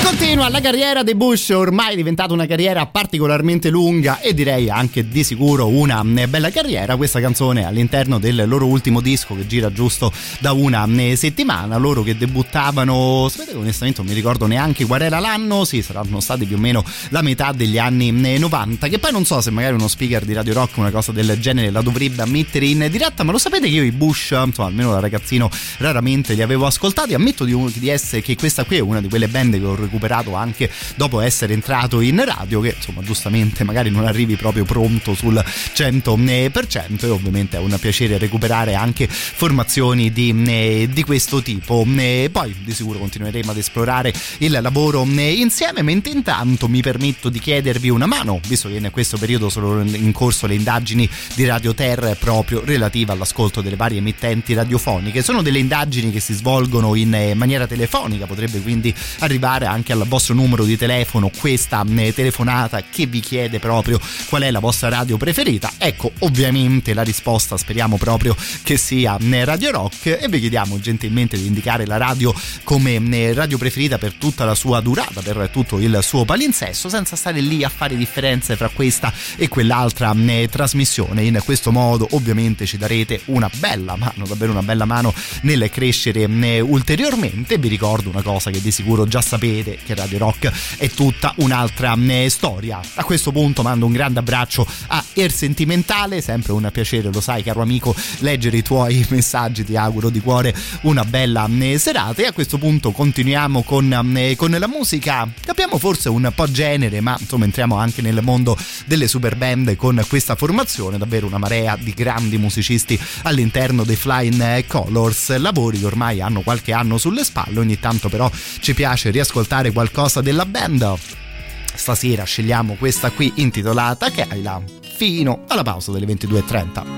Continua la carriera dei Bush, ormai è diventata una carriera particolarmente lunga e direi anche di sicuro una bella carriera. Questa canzone all'interno del loro ultimo disco che gira giusto da una settimana, loro che debuttavano, sapete, onestamente non mi ricordo neanche qual era l'anno, sì, saranno stati più o meno la metà degli anni novanta, che poi non so se magari uno speaker di Radio Rock una cosa del genere la dovrebbe ammettere in diretta, ma lo sapete che io i Bush, insomma, almeno da ragazzino raramente li avevo ascoltati. Ammetto di, di essere che questa qui è una di quelle band che ho recuperato anche dopo essere entrato in radio, che insomma giustamente magari non arrivi proprio pronto sul cento per cento, e ovviamente è un piacere recuperare anche formazioni di, di questo tipo. Poi di sicuro continueremo ad esplorare il lavoro insieme, mentre intanto mi permetto di chiedervi una mano, visto che in questo periodo sono in corso le indagini di Radio Terra proprio relativa all'ascolto delle varie emittenti radiofoniche. Sono delle indagini che si svolgono in maniera telefonica, potrebbe quindi arrivare anche al vostro numero di telefono questa telefonata che vi chiede proprio qual è la vostra radio preferita. Ecco, ovviamente la risposta speriamo proprio che sia Radio Rock, e vi chiediamo gentilmente di indicare la radio come radio preferita per tutta la sua durata, per tutto il suo palinsesto, senza stare lì a fare differenze fra questa e quell'altra trasmissione. In questo modo ovviamente ci darete una bella mano, davvero una bella mano nel crescere ulteriormente. Vi ricordo una cosa che di sicuro già sapete, che Radio Rock è tutta un'altra storia. A questo punto mando un grande abbraccio a Er Sentimentale, sempre un piacere, lo sai caro amico, leggere i tuoi messaggi, ti auguro di cuore una bella serata, e a questo punto continuiamo con, con la musica, capiamo forse un po' genere, ma insomma entriamo anche nel mondo delle super band con questa formazione, davvero una marea di grandi musicisti all'interno dei Flying Colors, lavori che ormai hanno qualche anno sulle spalle, ogni tanto però ci piace riascoltare qualcosa della band. Stasera scegliamo questa qui intitolata Kaila, fino alla pausa delle ventidue e trenta.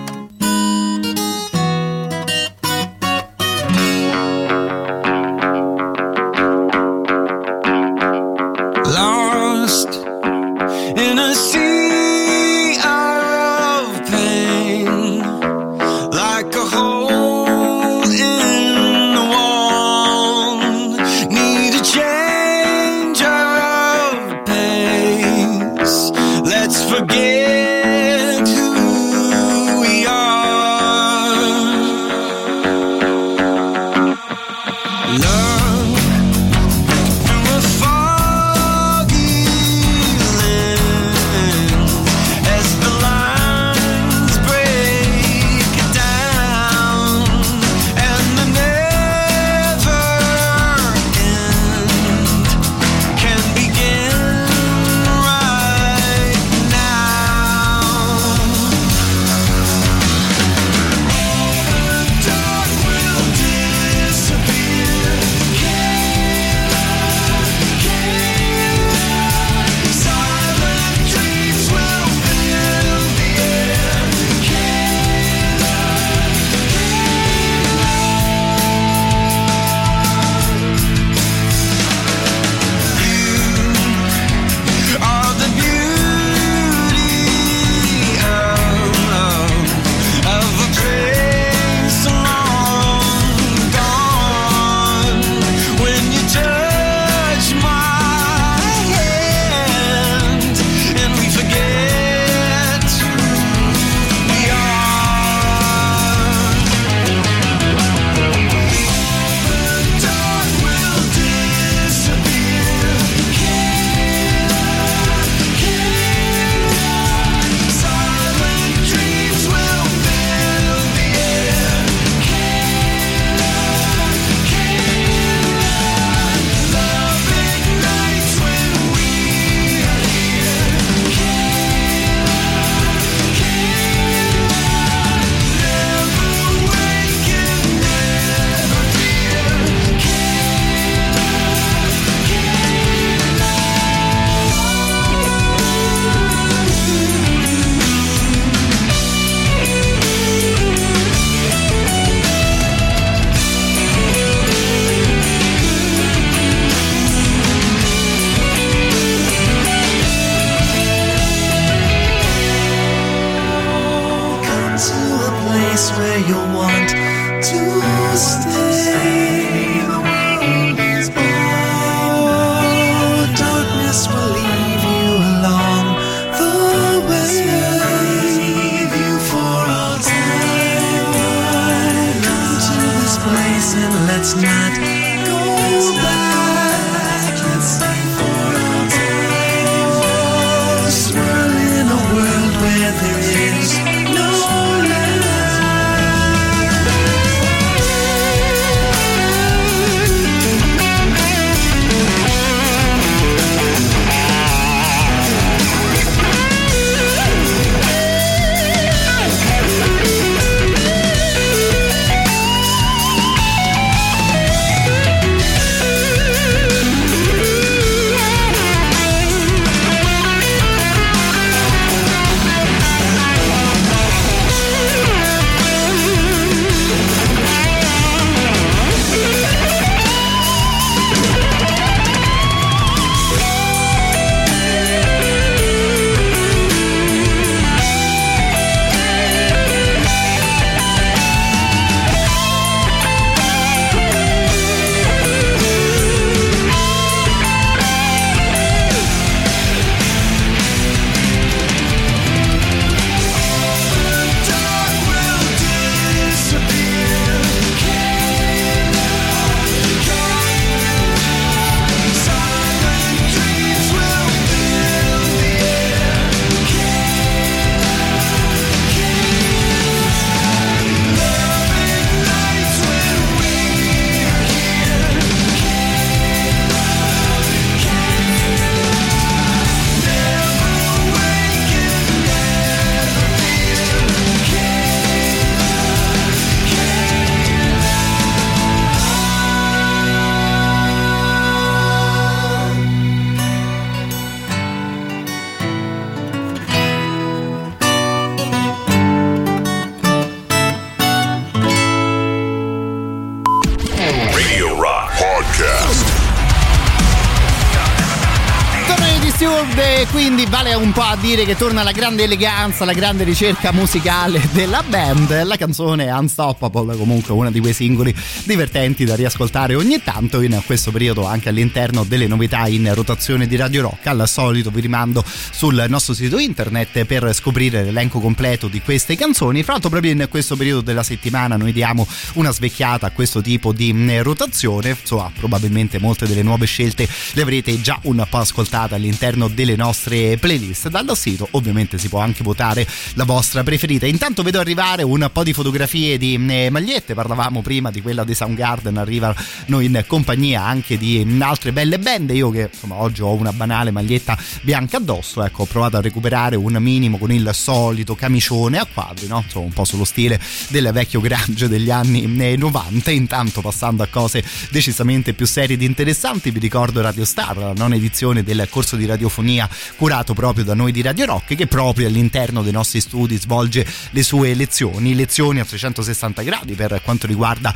Lost in a sea of pain, like a hole in the wall. Need a change of pace. Let's forget who we are. Disturbed, quindi vale un po' a dire che torna la grande eleganza, la grande ricerca musicale della band. La canzone Unstoppable, comunque una di quei singoli divertenti da riascoltare ogni tanto, in questo periodo anche all'interno delle novità in rotazione di Radio Rock. Al solito vi rimando sul nostro sito internet per scoprire l'elenco completo di queste canzoni. Fra l'altro proprio in questo periodo della settimana noi diamo una svecchiata a questo tipo di rotazione, insomma probabilmente molte delle nuove scelte le avrete già un po' ascoltate all'interno delle nostre playlist. Dal sito ovviamente si può anche votare la vostra preferita. Intanto vedo arrivare un po' di fotografie di magliette, parlavamo prima di quella di Soundgarden, arrivano in compagnia anche di altre belle band. Io che insomma oggi ho una banale maglietta bianca addosso, ecco, ho provato a recuperare un minimo con il solito camicione a quadri, no? Insomma un po' sullo stile del vecchio grunge degli anni novanta. Intanto passando a cose decisamente più serie ed interessanti, vi ricordo Radio Star, la nona edizione del corso di radiofonia curato proprio da noi di Radio Rock, che proprio all'interno dei nostri studi svolge le sue lezioni, lezioni a trecentosessanta gradi per quanto riguarda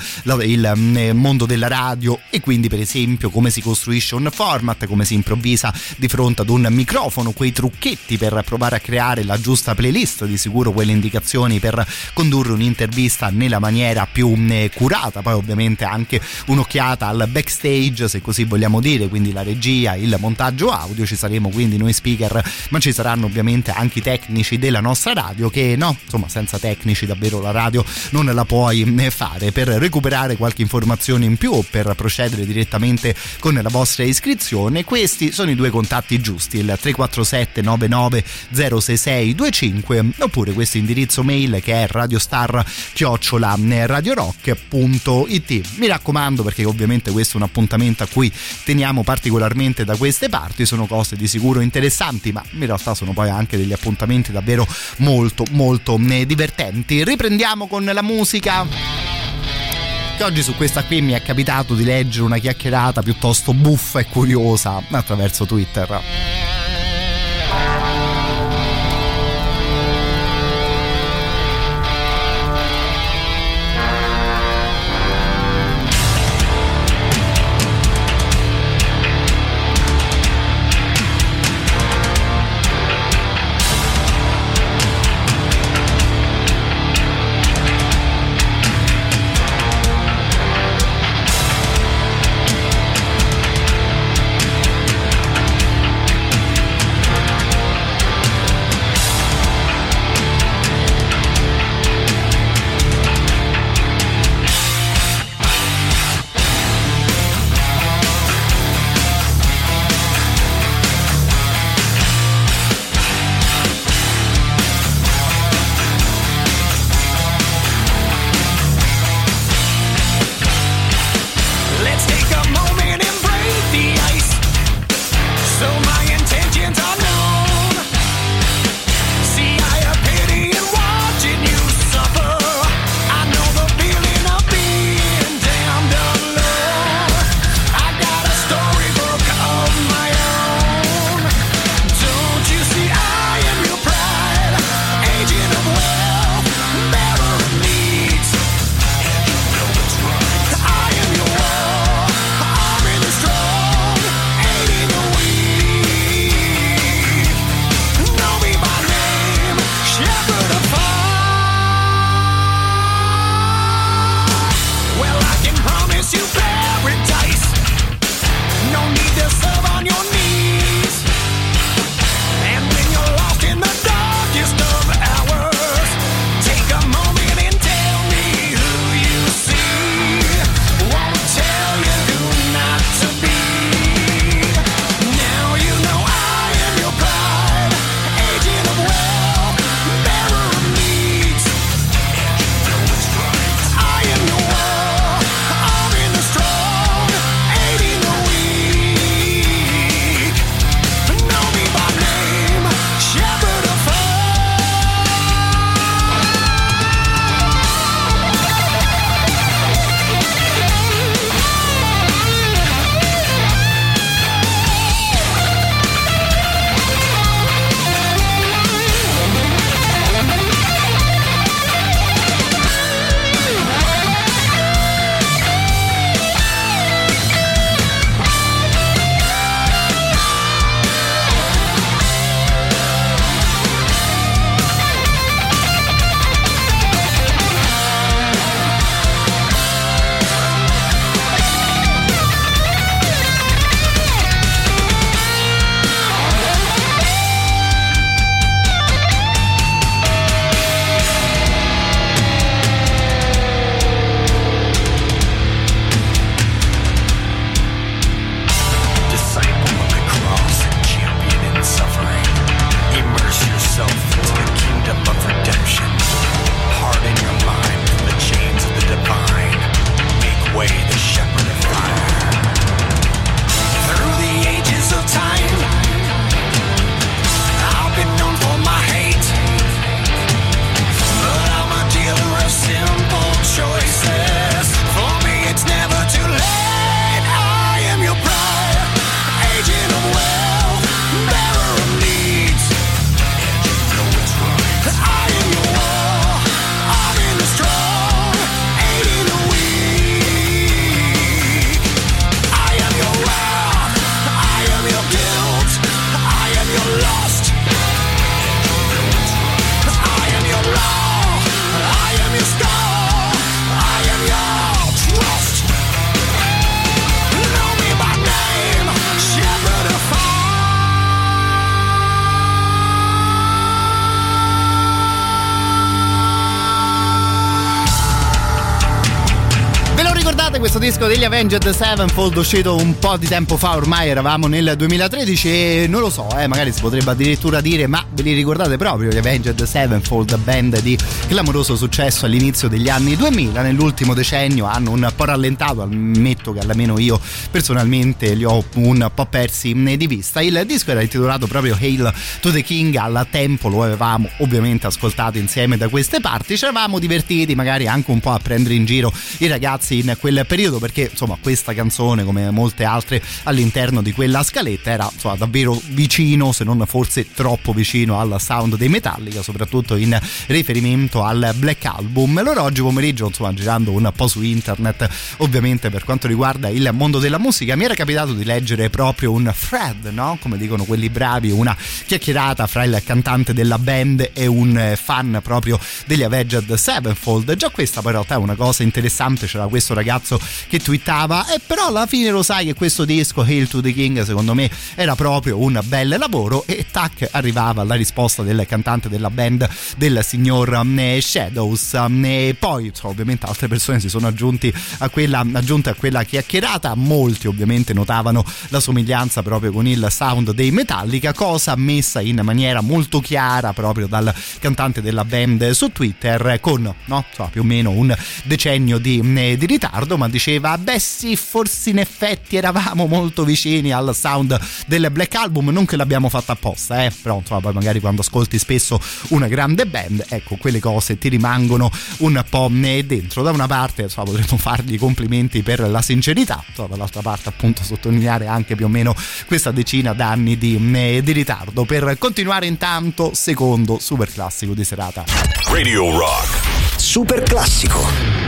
il mondo della radio, e quindi per esempio come si costruisce un format, come si improvvisa di fronte ad un microfono, quei trucchetti per provare a creare la giusta playlist, di sicuro quelle indicazioni per condurre un'intervista nella maniera più curata, poi ovviamente anche un'occhiata al backstage, se così vogliamo dire, quindi la regia, il montaggio audio. Ci saremo quindi noi speaker, ma ci saranno ovviamente anche i tecnici della nostra radio, che no, insomma senza tecnici davvero la radio non la puoi fare. Per recuperare qualche informazione in più o per procedere direttamente con la vostra iscrizione, questi sono i due contatti giusti, il tre quattro sette nove nove zero sei sei due cinque oppure questo indirizzo mail che è radiostar chiocciola radiorock punto it. Mi raccomando, perché ovviamente questo è un appuntamento a cui teniamo particolarmente da queste parti, sono cose di sicuro interessanti, ma in realtà sono poi anche degli appuntamenti davvero molto molto divertenti. Riprendiamo con la musica, che oggi su questa qui mi è capitato di leggere una chiacchierata piuttosto buffa e curiosa attraverso Twitter. questo disco degli Avenged Sevenfold, uscito un po' di tempo fa, ormai eravamo nel duemilatredici e non lo so, eh, magari si potrebbe addirittura dire, ma ve li ricordate proprio gli Avenged Sevenfold, band di clamoroso successo all'inizio degli anni duemila? Nell'ultimo decennio hanno un po' rallentato, ammetto che almeno io personalmente li ho un po' persi di vista. Il disco era intitolato proprio Hail to the King, al tempo lo avevamo ovviamente ascoltato insieme da queste parti, ci eravamo divertiti magari anche un po' a prendere in giro i ragazzi in quel periodo, perché insomma questa canzone, come molte altre all'interno di quella scaletta, era insomma davvero vicino, se non forse troppo vicino, al sound dei Metallica, soprattutto in riferimento al Black Album. E allora oggi pomeriggio, insomma, girando un po' su internet, ovviamente per quanto riguarda il mondo della musica, mi era capitato di leggere proprio un thread, no? Come dicono quelli bravi, una chiacchierata fra il cantante della band e un fan proprio degli Avenged Sevenfold. Già questa poi in realtà è una cosa interessante, c'era questo ragazzo che twittava e eh, però alla fine lo sai che questo disco Hail to the King secondo me era proprio un bel lavoro, e tac arrivava la risposta del cantante della band, del signor eh, Shadows. E poi insomma, ovviamente altre persone si sono aggiunti a quella, aggiunte a quella chiacchierata, molti ovviamente notavano la somiglianza proprio con il sound dei Metallica, cosa messa in maniera molto chiara proprio dal cantante della band su Twitter, con no, insomma, più o meno un decennio di, di ritardo, ma diceva beh sì, forse in effetti eravamo molto vicini al sound del Black Album, non che l'abbiamo fatto apposta, eh, però insomma poi magari quando ascolti spesso una grande band, ecco, quelle cose ti rimangono un po' dentro. Da una parte insomma potremmo fargli complimenti per la sincerità, insomma, dall'altra parte appunto sottolineare anche più o meno questa decina d'anni di, di ritardo. Per continuare intanto, secondo super classico di serata, Radio Rock super classico.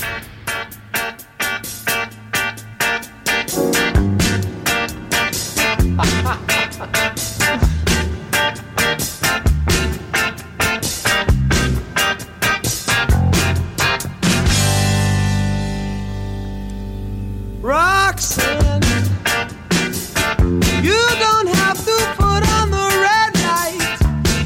Roxanne, you don't have to put on the red light.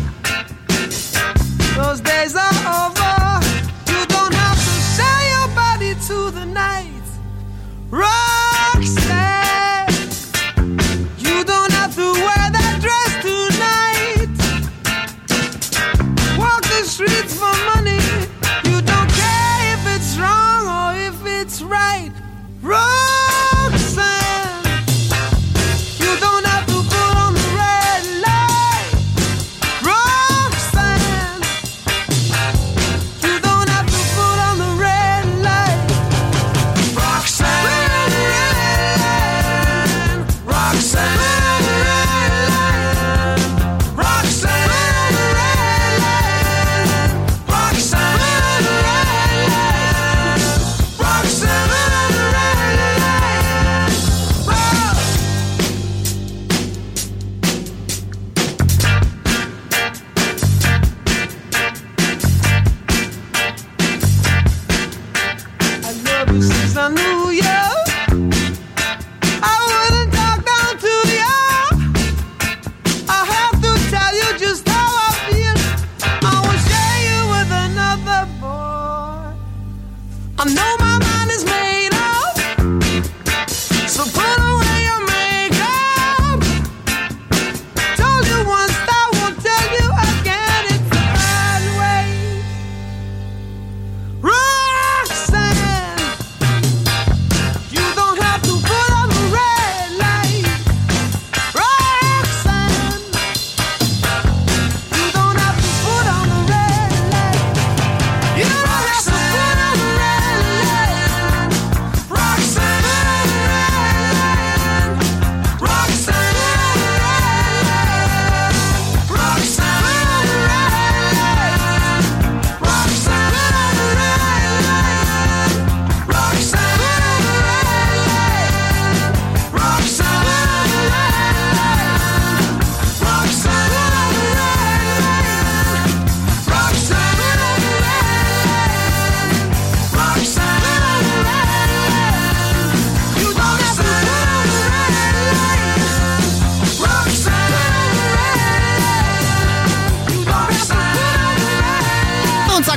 Those days are over. You don't have to sell your body to the night. Roxanne, you don't have to wear that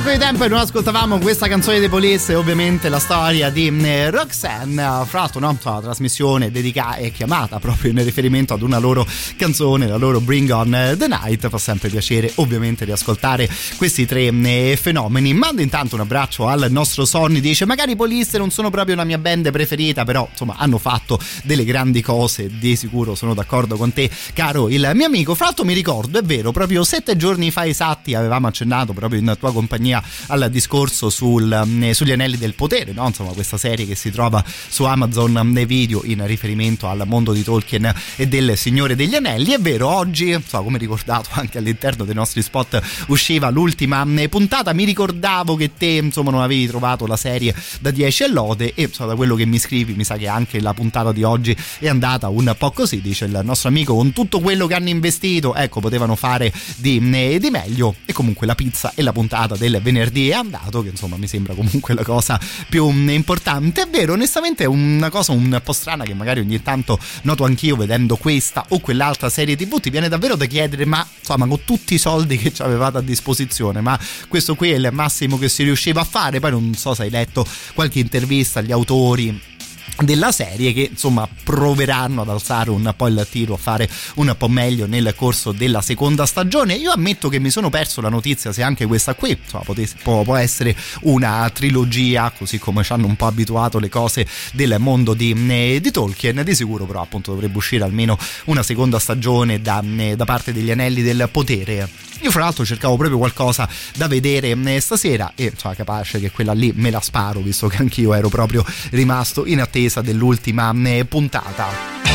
sacco di tempo e non ascoltavamo questa canzone dei Police e ovviamente la storia di eh, Roxanne. Fra l'altro, no, la trasmissione dedicata è chiamata proprio in riferimento ad una loro canzone, la loro Bring On The Night. Fa sempre piacere ovviamente riascoltare questi tre eh, fenomeni. Mando intanto un abbraccio al nostro Sonny, dice magari i Police non sono proprio la mia band preferita, però insomma hanno fatto delle grandi cose, di sicuro sono d'accordo con te caro il mio amico. Fra l'altro mi ricordo, è vero, proprio sette giorni fa esatti avevamo accennato proprio in tua compagnia al discorso sul, sugli Anelli del Potere, no? Insomma questa serie che si trova su Amazon Video in riferimento al mondo di Tolkien e del Signore degli Anelli. È vero, oggi, insomma, come ricordato anche all'interno dei nostri spot, usciva l'ultima puntata. Mi ricordavo che te insomma non avevi trovato la serie da dieci e lode e insomma, da quello che mi scrivi mi sa che anche la puntata di oggi è andata un po' così, dice il nostro amico, con tutto quello che hanno investito, ecco, potevano fare di, di meglio. E comunque la pizza e la puntata del venerdì è andato, che insomma mi sembra comunque la cosa più importante. È vero, onestamente è una cosa un po' strana che magari ogni tanto noto anch'io vedendo questa o quell'altra serie tv, ti viene davvero da chiedere, ma insomma con tutti i soldi che ci avevate a disposizione, ma questo qui è il massimo che si riusciva a fare? Poi non so se hai letto qualche intervista agli autori della serie che insomma proveranno ad alzare un po' il tiro, a fare un po' meglio nel corso della seconda stagione. Io ammetto che mi sono perso la notizia se anche questa qui insomma potesse, può, può essere una trilogia, così come ci hanno un po' abituato le cose del mondo di, di Tolkien. Di sicuro però appunto dovrebbe uscire almeno una seconda stagione da, da parte degli Anelli del Potere. Io fra l'altro cercavo proprio qualcosa da vedere stasera e insomma capace che quella lì me la sparo, visto che anch'io ero proprio rimasto in attesa dell'ultima puntata.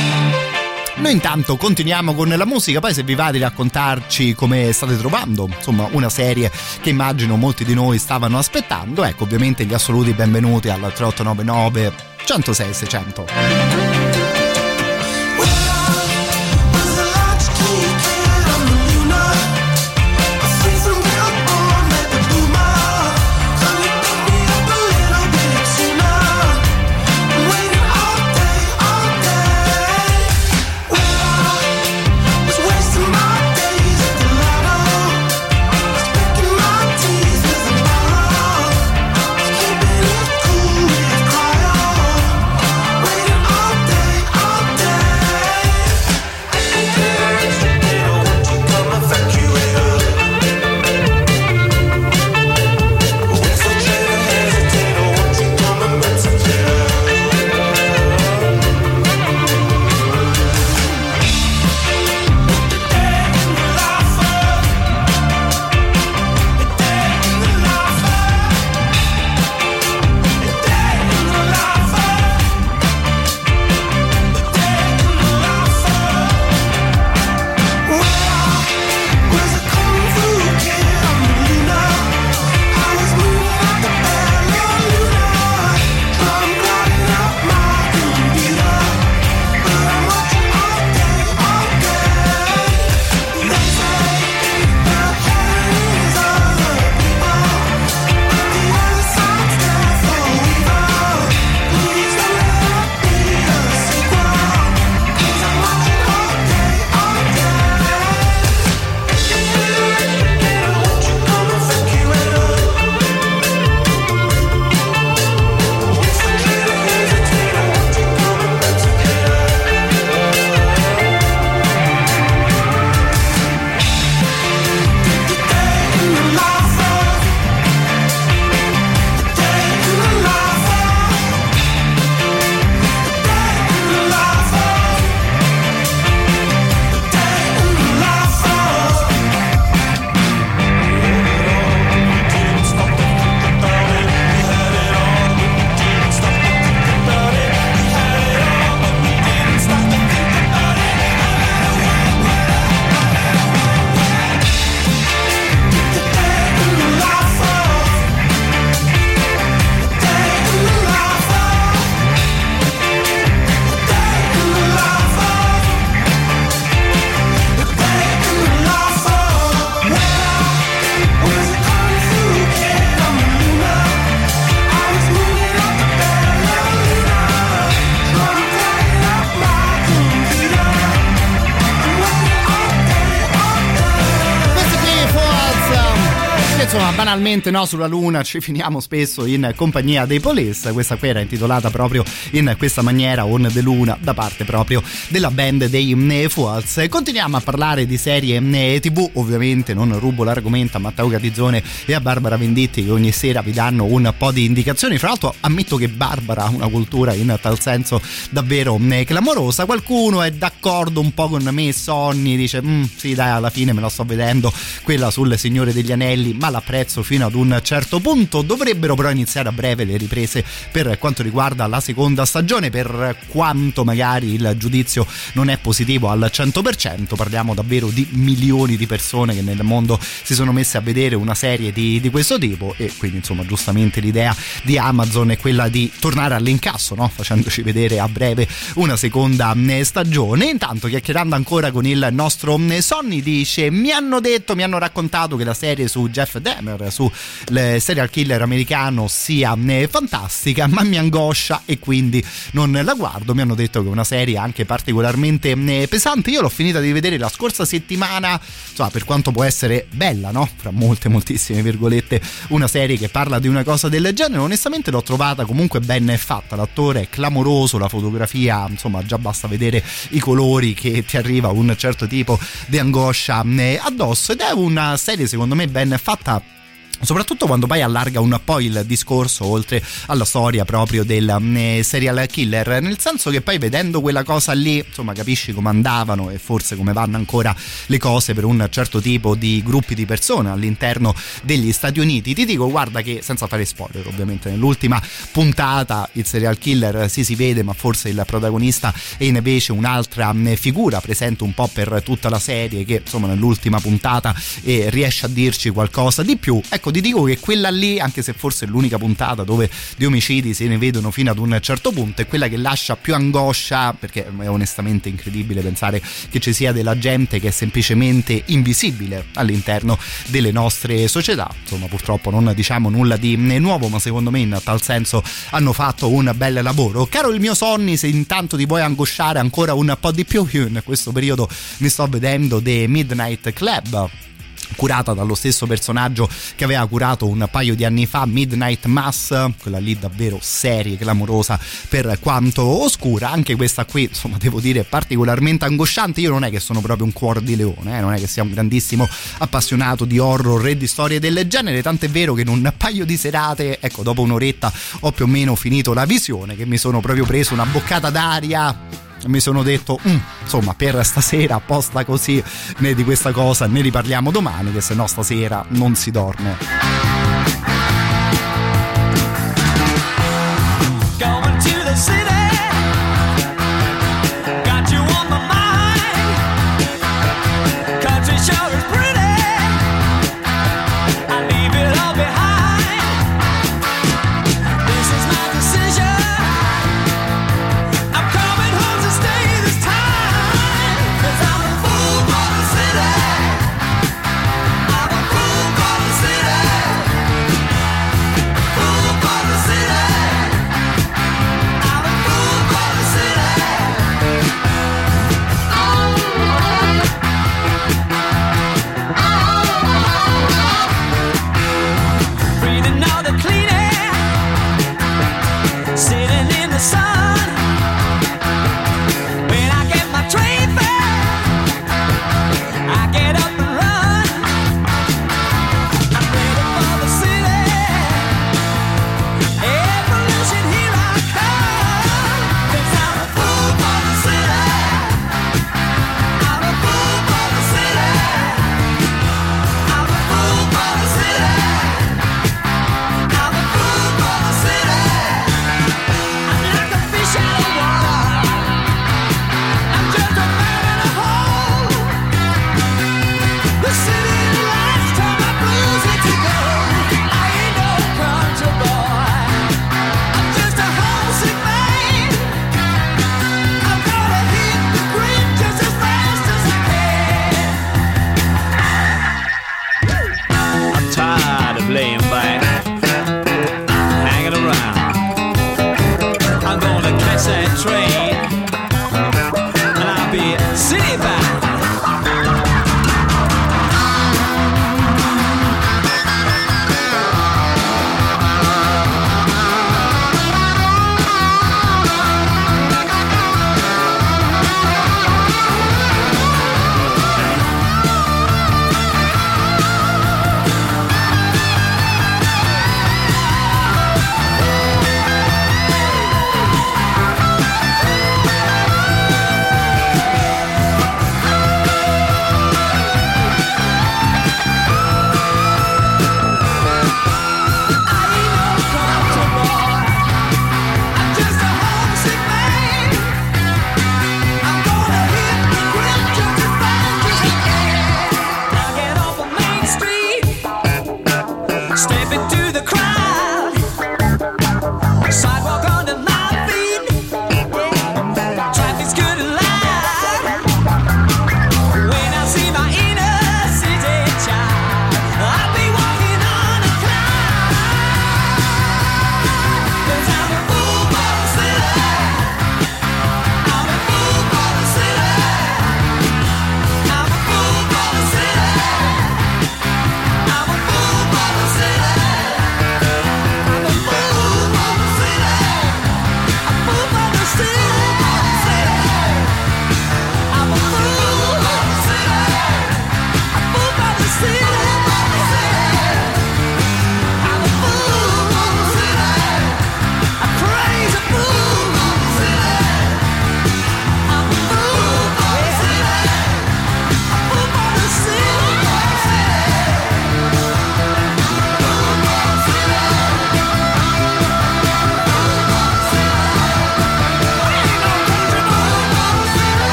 Noi intanto continuiamo con la musica, poi se vi va di raccontarci come state trovando insomma una serie che immagino molti di noi stavano aspettando, ecco ovviamente gli assoluti benvenuti al tre otto nove nove uno zero sei sei zero zero. All insomma, banalmente no, sulla Luna ci finiamo spesso in compagnia dei Police. Questa qui era intitolata proprio in questa maniera, On the Luna, da parte proprio della band dei Fuals. Continuiamo a parlare di serie tivù, ovviamente non rubo l'argomento a Matteo Catizzone e a Barbara Venditti, che ogni sera vi danno un po' di indicazioni. Fra l'altro ammetto che Barbara ha una cultura in tal senso davvero clamorosa. Qualcuno è d'accordo un po' con me, Sonny dice mm, sì dai, alla fine me la sto vedendo quella sul Signore degli Anelli, ma l'apprezzo fino ad un certo punto. Dovrebbero però iniziare a breve le riprese per quanto riguarda la seconda stagione, per quanto magari il giudizio non è positivo al cento per cento. Parliamo davvero di milioni di persone che nel mondo si sono messe a vedere una serie di, di questo tipo, e quindi insomma giustamente l'idea di Amazon è quella di tornare all'incasso, no? Facendoci vedere a breve una seconda stagione. Intanto, chiacchierando ancora con il nostro Sonny, dice: mi hanno detto, mi hanno raccontato che la serie su Jeff Dahmer, su il serial killer americano, sia fantastica, ma mi angoscia e quindi non la guardo. Mi hanno detto che è una serie anche particolarmente pesante. Io l'ho finita di vedere la scorsa settimana, insomma, per quanto può essere bella, no? Fra molte moltissime virgolette, una serie che parla di una cosa del genere, onestamente l'ho trovata comunque ben fatta. L'attore è clamoroso, la fotografia, insomma, già basta vedere i colori che ti arriva un certo tipo di angoscia addosso, ed è una serie secondo me ben fatta, soprattutto quando poi allarga un po' il discorso oltre alla storia proprio del eh, serial killer, nel senso che poi vedendo quella cosa lì, insomma, capisci come andavano e forse come vanno ancora le cose per un certo tipo di gruppi di persone all'interno degli Stati Uniti. Ti dico, guarda, che senza fare spoiler ovviamente, nell'ultima puntata il serial killer sì si vede, ma forse il protagonista è invece un'altra figura presente un po' per tutta la serie, che insomma nell'ultima puntata eh, riesce a dirci qualcosa di più. Ecco, ti dico che quella lì, anche se forse è l'unica puntata dove di omicidi se ne vedono fino ad un certo punto, è quella che lascia più angoscia, perché è onestamente incredibile pensare che ci sia della gente che è semplicemente invisibile all'interno delle nostre società. Insomma, purtroppo non diciamo nulla di nuovo, ma secondo me in tal senso hanno fatto un bel lavoro. Caro il mio Sonny, se intanto ti vuoi angosciare ancora un po' di più, io in questo periodo mi sto vedendo The Midnight Club, curata dallo stesso personaggio che aveva curato un paio di anni fa Midnight Mass, quella lì davvero serie, clamorosa per quanto oscura. Anche questa qui, insomma, devo dire particolarmente angosciante. Io non è che sono proprio un cuor di leone, eh? non è che sia un grandissimo appassionato di horror e di storie del genere, tant'è vero che in un paio di serate, ecco, dopo un'oretta ho più o meno finito la visione, che mi sono proprio preso una boccata d'aria. Mi sono detto mm, insomma, per stasera apposta così, né di questa cosa ne riparliamo domani, che se no stasera non si dorme. Going to the city, got you on my mind. Country sure is pretty, I leave it all behind. This is my decision, I'm coming home to stay this time. 'Cause I'm a fool for the city, I'm a fool for the city.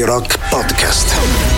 Radio Rock Podcast.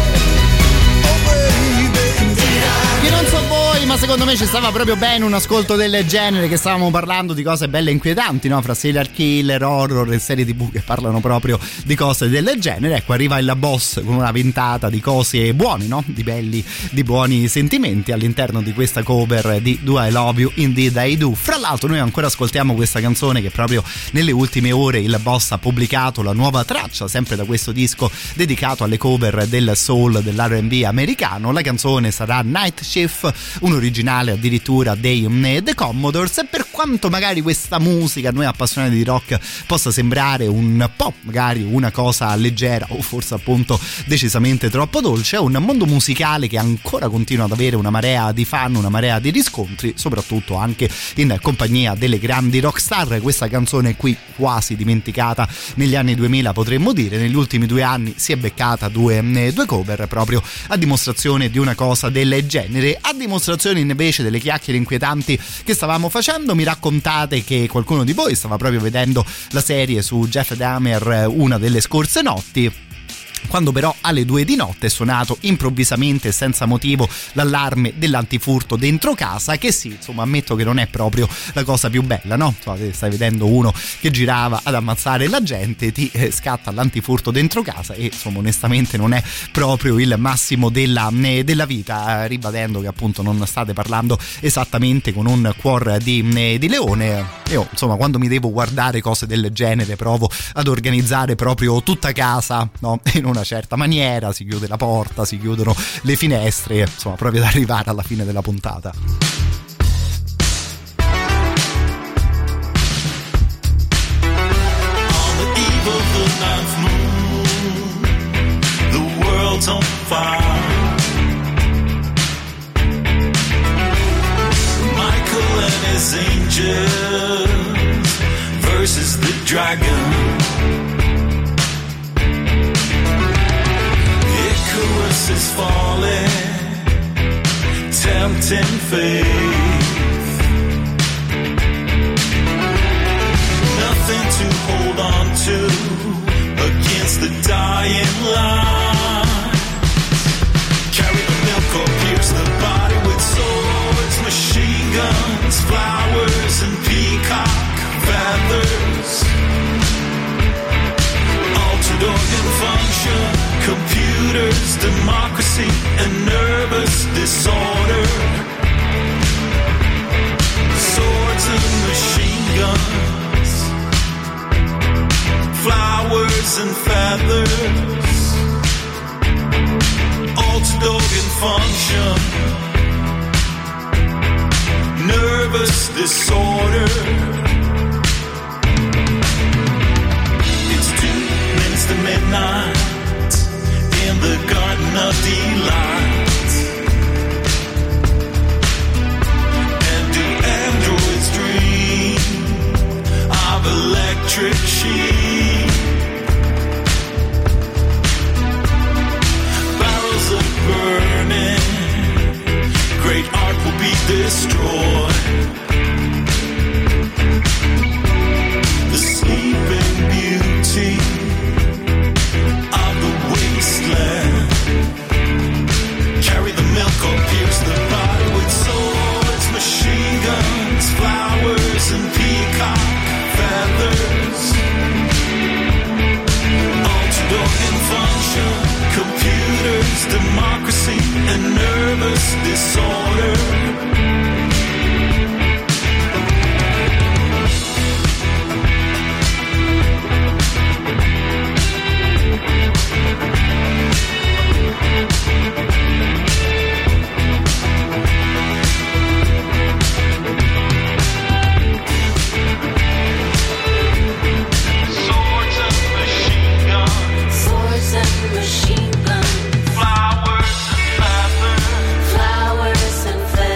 Che non so voi, ma secondo me ci stava proprio bene un ascolto del genere, che stavamo parlando di cose belle inquietanti, no? Fra serial killer, horror e serie tv che parlano proprio di cose del genere. Ecco, arriva il boss con una ventata di cose buone, no? Di belli, di buoni sentimenti all'interno di questa cover di Do I Love You, Indeed I Do. Fra l'altro noi ancora ascoltiamo questa canzone che proprio nelle ultime ore il boss ha pubblicato la nuova traccia, sempre da questo disco dedicato alle cover del soul, dell'R and B americano. La canzone sarà Night Shift, un originale addirittura dei The Commodores, e per quanto magari questa musica a noi appassionati di rock possa sembrare un po' magari una cosa leggera o forse appunto decisamente troppo dolce, è un mondo musicale che ancora continua ad avere una marea di fan, una marea di riscontri, soprattutto anche in compagnia delle grandi rockstar. Questa canzone qui, quasi dimenticata negli anni duemila potremmo dire, negli ultimi due anni si è beccata due, due cover proprio a dimostrazione di una cosa del genere. A dimostrazione invece delle chiacchiere inquietanti che stavamo facendo, mi raccontate che qualcuno di voi stava proprio vedendo la serie su Jeff Dahmer una delle scorse notti, quando però alle due di notte è suonato improvvisamente e senza motivo l'allarme dell'antifurto dentro casa, che sì, insomma, ammetto che non è proprio la cosa più bella, no? Insomma, se stai vedendo uno che girava ad ammazzare la gente, ti eh, scatta l'antifurto dentro casa e insomma onestamente non è proprio il massimo della, eh, della vita, eh, ribadendo che appunto non state parlando esattamente con un cuor di, eh, di leone. Io insomma quando mi devo guardare cose del genere provo ad organizzare proprio tutta casa, no? In una certa maniera, si chiude la porta, si chiudono le finestre, insomma proprio ad arrivare alla fine della puntata. On the eve of the ninth moon, the world's on fire. Michael and his angels versus the dragon. Icarus is falling, tempting faith. Nothing to hold on to against the dying light. Carry the milk or pierce the body with swords, machine guns, flowers and peacock feathers. Altered organ function, computers, democracy, and nervous disorder. Swords and machine guns, flowers and feathers. Altered organ function, nervous disorder. It's two minutes to midnight in the Garden of Delight. And do androids dream of electric sheep? Barrels of burning, great art will be destroyed. The sleeping beauty of the wasteland. Carry the milk or pierce the body with swords, machine guns, flowers and peacock feathers. Altered organ function, computers, democracy, and nervous disorder. Machine gun, flowers and feathers, flowers and feathers.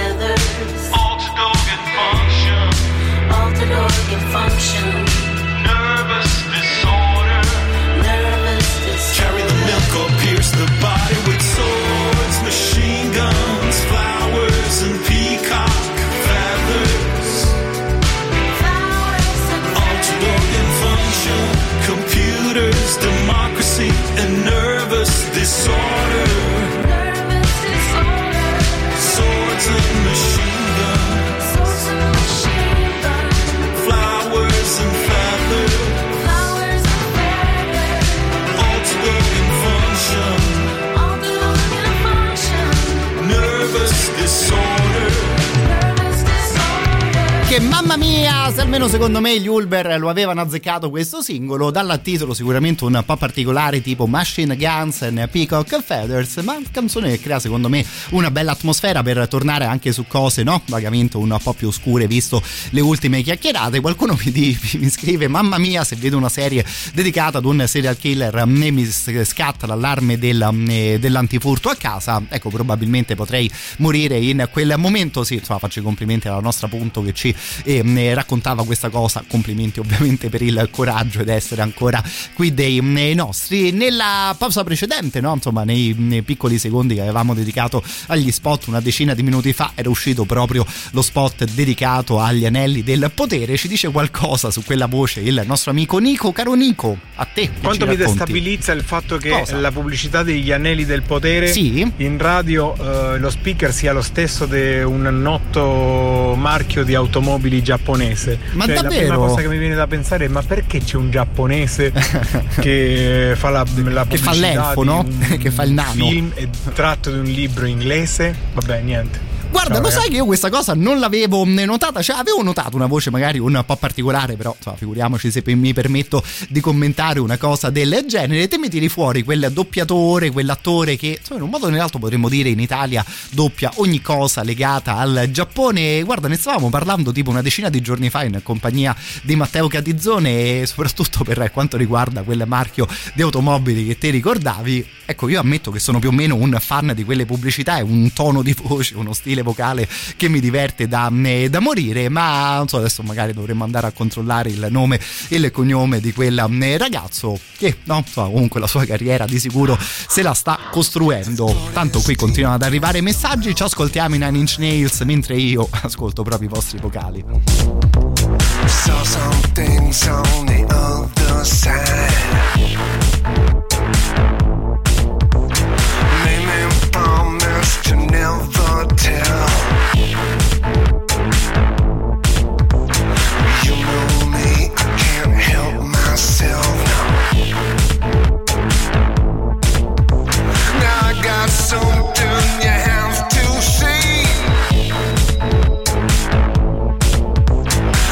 mia, se almeno secondo me gli Ulver lo avevano azzeccato questo singolo, dal titolo sicuramente un po' particolare tipo Machine Guns and Peacock Feathers, ma canzone che crea secondo me una bella atmosfera per tornare anche su cose, no? Vagamente un po' più oscure visto le ultime chiacchierate. Qualcuno mi, di, mi scrive: mamma mia, se vedo una serie dedicata ad un serial killer né mi scatta l'allarme del, dell'antifurto a casa, ecco, probabilmente potrei morire in quel momento. Sì, insomma, faccio i complimenti alla nostra Punto che ci eh, raccontava questa cosa, complimenti ovviamente per il coraggio ed essere ancora qui dei, nei nostri. Nella pausa precedente, no, insomma nei, nei piccoli secondi che avevamo dedicato agli spot una decina di minuti fa, era uscito proprio lo spot dedicato agli anelli del potere. Ci dice qualcosa su quella voce il nostro amico Nico. Caro Nico, a te quanto mi destabilizza il fatto che cosa? La pubblicità degli anelli del potere, sì? In radio eh, lo speaker sia lo stesso di un noto marchio di automobili giapponese. Ma cioè, davvero? La prima cosa che mi viene da pensare è: ma perché c'è un giapponese che fa la, la che fa l'elfo, no? Che fa il nano, film è tratto di un libro inglese? Vabbè, niente. Guarda, Ciao, lo ragazzi. sai che io questa cosa non l'avevo notata, cioè avevo notato una voce magari un po' particolare, però insomma, figuriamoci se mi permetto di commentare una cosa del genere. Te mi tiri fuori quel doppiatore, quell'attore che insomma in un modo o nell'altro potremmo dire in Italia doppia ogni cosa legata al Giappone. Guarda, ne stavamo parlando tipo una decina di giorni fa in compagnia di Matteo Catizzone, e soprattutto per quanto riguarda quel marchio di automobili che te ricordavi. Ecco, io ammetto che sono più o meno un fan di quelle pubblicità, è un tono di voce, uno stile vocale che mi diverte da, da morire, ma non so, adesso magari dovremmo andare a controllare il nome e il cognome di quel ragazzo che, no, insomma, comunque la sua carriera di sicuro se la sta costruendo. Tanto qui continuano ad arrivare messaggi, ci ascoltiamo i Nine Inch Nails mentre io ascolto proprio i vostri vocali. Saw some things on the other side. Made me promise to never tell. You know me, I can't help myself now. Now I got something you have to see.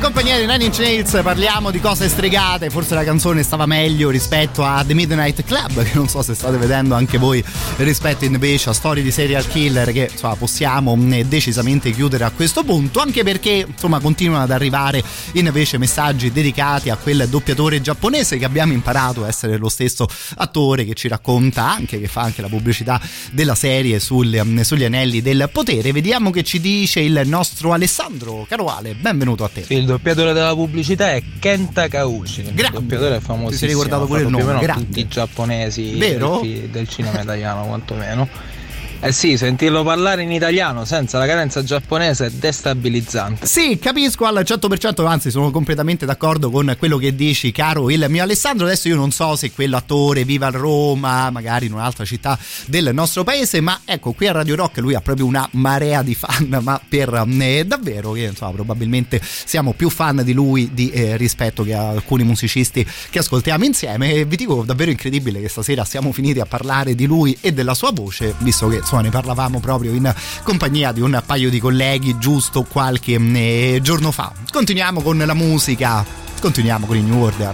compagnia di Nine Inch Nails parliamo di cose stregate. Forse la canzone stava meglio rispetto a The Midnight Club, che non so se state vedendo anche voi, rispetto invece a storie di serial killer, che insomma possiamo decisamente chiudere a questo punto, anche perché insomma continuano ad arrivare invece messaggi dedicati a quel doppiatore giapponese che abbiamo imparato a essere lo stesso attore che ci racconta anche, che fa anche la pubblicità della serie sul, sugli anelli del potere. Vediamo che ci dice il nostro Alessandro. Caro Ale, benvenuto a te. Sì, il doppiatore della pubblicità è Kenta Kauchi, il Grande. doppiatore famosissimo. Ti sei ricordato pure il nome, grande. Tutti i giapponesi vero? Del, del cinema italiano quantomeno. Eh sì, sentirlo parlare in italiano senza la cadenza giapponese è destabilizzante. Sì, capisco al cento per cento, anzi sono completamente d'accordo con quello che dici, caro il mio Alessandro. Adesso io non so se quell'attore viva a Roma, magari in un'altra città del nostro paese, ma ecco, qui a Radio Rock lui ha proprio una marea di fan, ma per eh, davvero, che insomma probabilmente siamo più fan di lui di, eh, rispetto che a alcuni musicisti che ascoltiamo insieme. E vi dico, davvero incredibile che stasera siamo finiti a parlare di lui e della sua voce, visto che insomma ne parlavamo proprio in compagnia di un paio di colleghi giusto qualche eh, giorno fa. Continuiamo con la musica, continuiamo con i New Order.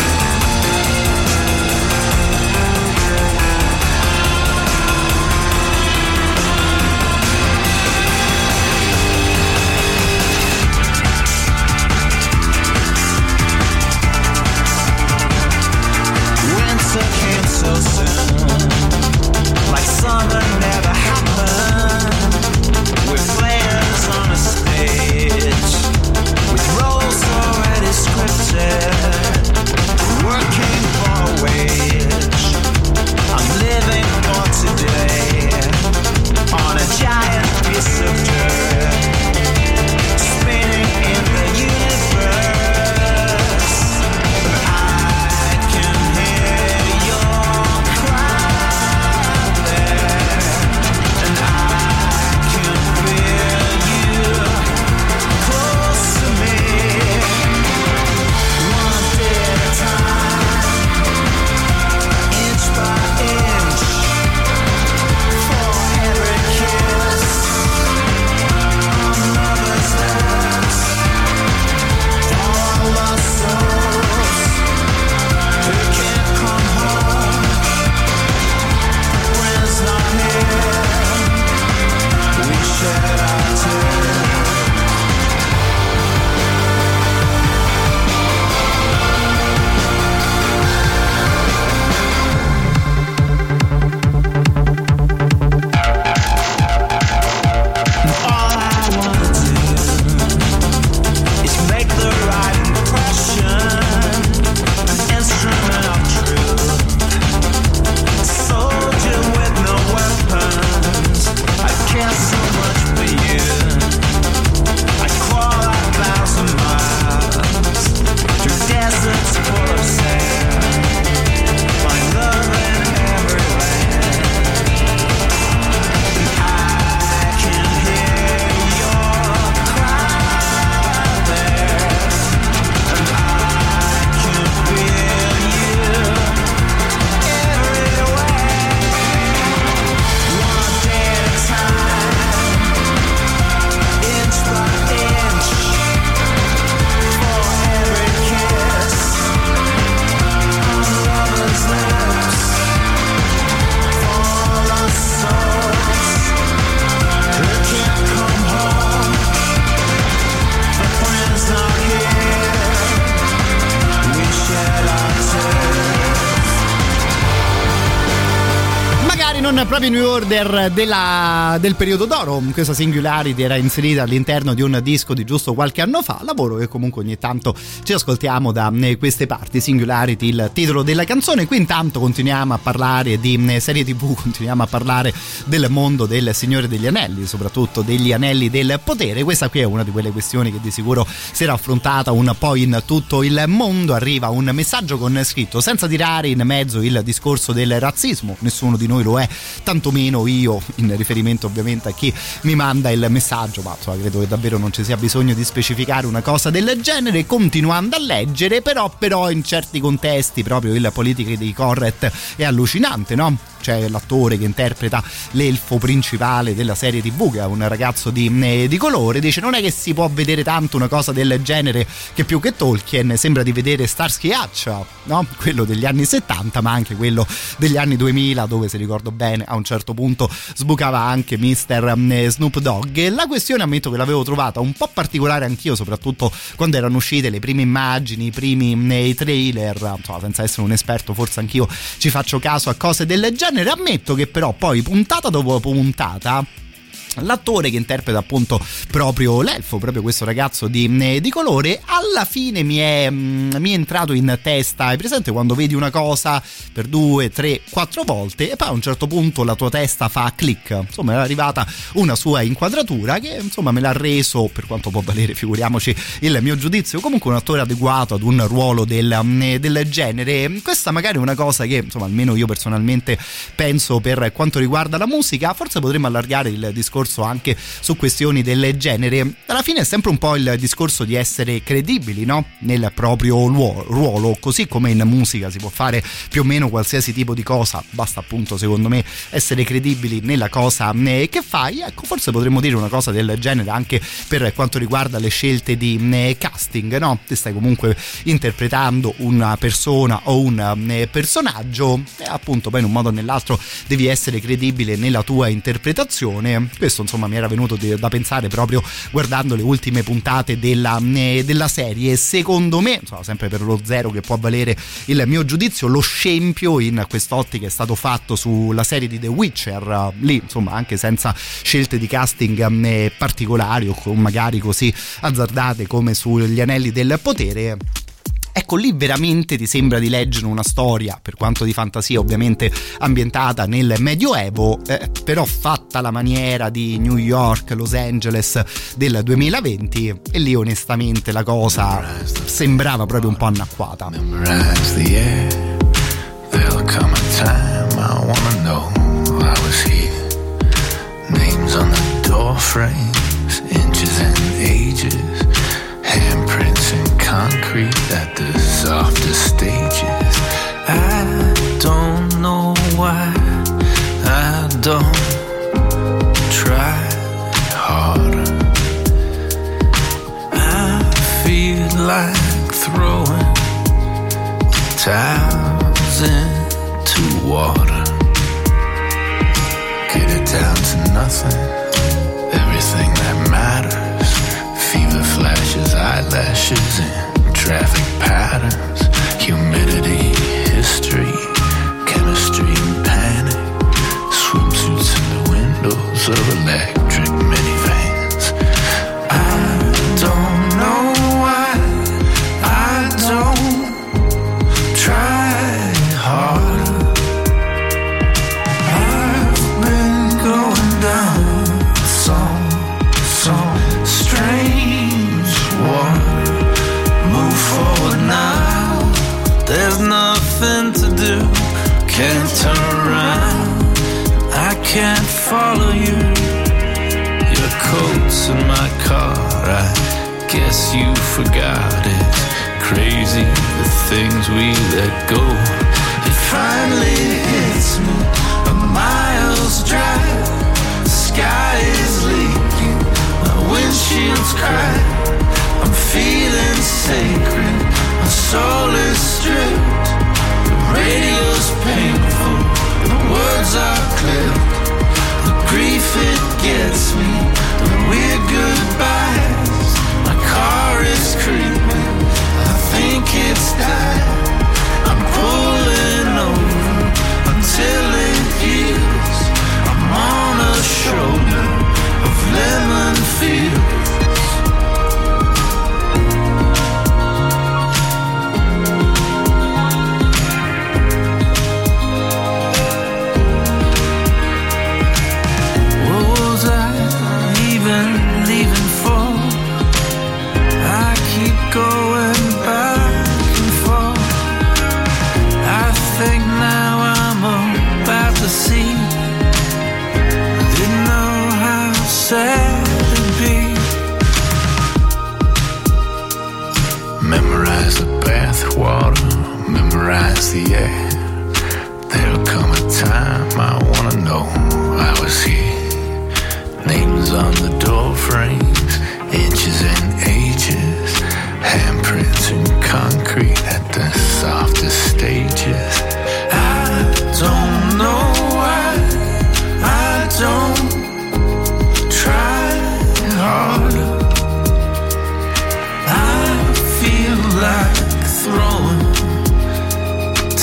Proprio New Order della, del periodo d'oro. Questa Singularity era inserita all'interno di un disco di giusto qualche anno fa, lavoro che comunque ogni tanto ci ascoltiamo da queste parti. Singularity, il titolo della canzone. Qui intanto continuiamo a parlare di serie tv, continuiamo a parlare del mondo del Signore degli Anelli, soprattutto degli Anelli del Potere. Questa qui è una di quelle questioni che di sicuro sarà affrontata un po' in tutto il mondo. Arriva un messaggio con scritto: senza tirare in mezzo il discorso del razzismo, nessuno di noi lo è tantomeno io, in riferimento ovviamente a chi mi manda il messaggio, ma insomma credo che davvero non ci sia bisogno di specificare una cosa del genere. Continuando a leggere, però però in certi contesti proprio il politically correct è allucinante, no? C'è l'attore che interpreta l'elfo principale della serie tivù, che è un ragazzo di, eh, di colore, dice non è che si può vedere tanto una cosa del genere, che più che Tolkien sembra di vedere Starsky Hutch, no? Quello degli anni settanta, ma anche quello degli anni duemila, dove, se ricordo bene, a un certo punto sbucava anche mister Snoop Dogg. E la questione, ammetto che l'avevo trovata un po' particolare anch'io, soprattutto quando erano uscite le prime immagini, i primi nei trailer, insomma, senza essere un esperto forse anch'io ci faccio caso a cose del genere. Ammetto che però poi puntata dopo puntata l'attore che interpreta appunto proprio l'elfo, proprio questo ragazzo di, di colore, alla fine mi è, mi è entrato in testa. Hai presente quando vedi una cosa per due, tre, quattro volte e poi a un certo punto la tua testa fa click? Insomma, è arrivata una sua inquadratura che insomma me l'ha reso, per quanto può valere figuriamoci il mio giudizio, comunque un attore adeguato ad un ruolo del, del genere. Questa magari è una cosa che insomma almeno io personalmente penso per quanto riguarda la musica. Forse potremmo allargare il discorso anche su questioni del genere. Alla fine è sempre un po' il discorso di essere credibili, no? Nel proprio ruolo, così come in musica si può fare più o meno qualsiasi tipo di cosa, basta appunto secondo me essere credibili nella cosa che fai. Ecco, forse potremmo dire una cosa del genere anche per quanto riguarda le scelte di casting, no? Ti stai comunque interpretando una persona o un personaggio e appunto poi in un modo o nell'altro devi essere credibile nella tua interpretazione. Questo insomma mi era venuto da pensare proprio guardando le ultime puntate della, della serie. Secondo me, insomma, sempre per lo zero che può valere il mio giudizio, lo scempio in quest'ottica è stato fatto sulla serie di The Witcher. Lì insomma, anche senza scelte di casting particolari o magari così azzardate come sugli Anelli del Potere, ecco, lì veramente ti sembra di leggere una storia, per quanto di fantasia ovviamente ambientata nel Medioevo, eh, però fatta alla maniera di New York, Los Angeles del duemilaventi, e lì onestamente la cosa sembrava proprio un po' anacquata. Names on the door frames, inches and ages, handprints in concrete at the softest stages. I don't know why I don't try harder. I feel like throwing towels into water. Get it down to nothing, everything that matters. Fever flashes, eyelashes, and traffic patterns. Humidity, history, chemistry, and panic. Swimsuits in the windows of electric minivans. I don't know why I don't try harder. I've been going down some, some strange water. Move forward now, there's nothing to do. Can't turn around, I can't follow you. Your coat's in my car, I guess you forgot it. Crazy the things we let go. It finally hits me, a mile's drive. The sky is leaking, my windshield's cracked. I'm feeling sacred, my soul is stripped. The radio's painful, the words are clipped. The grief it gets me, the weird goodbyes. My car is creeping, I think it's died. I'm pulling over until it heals. I'm on a shoulder of lemon fields. What was I even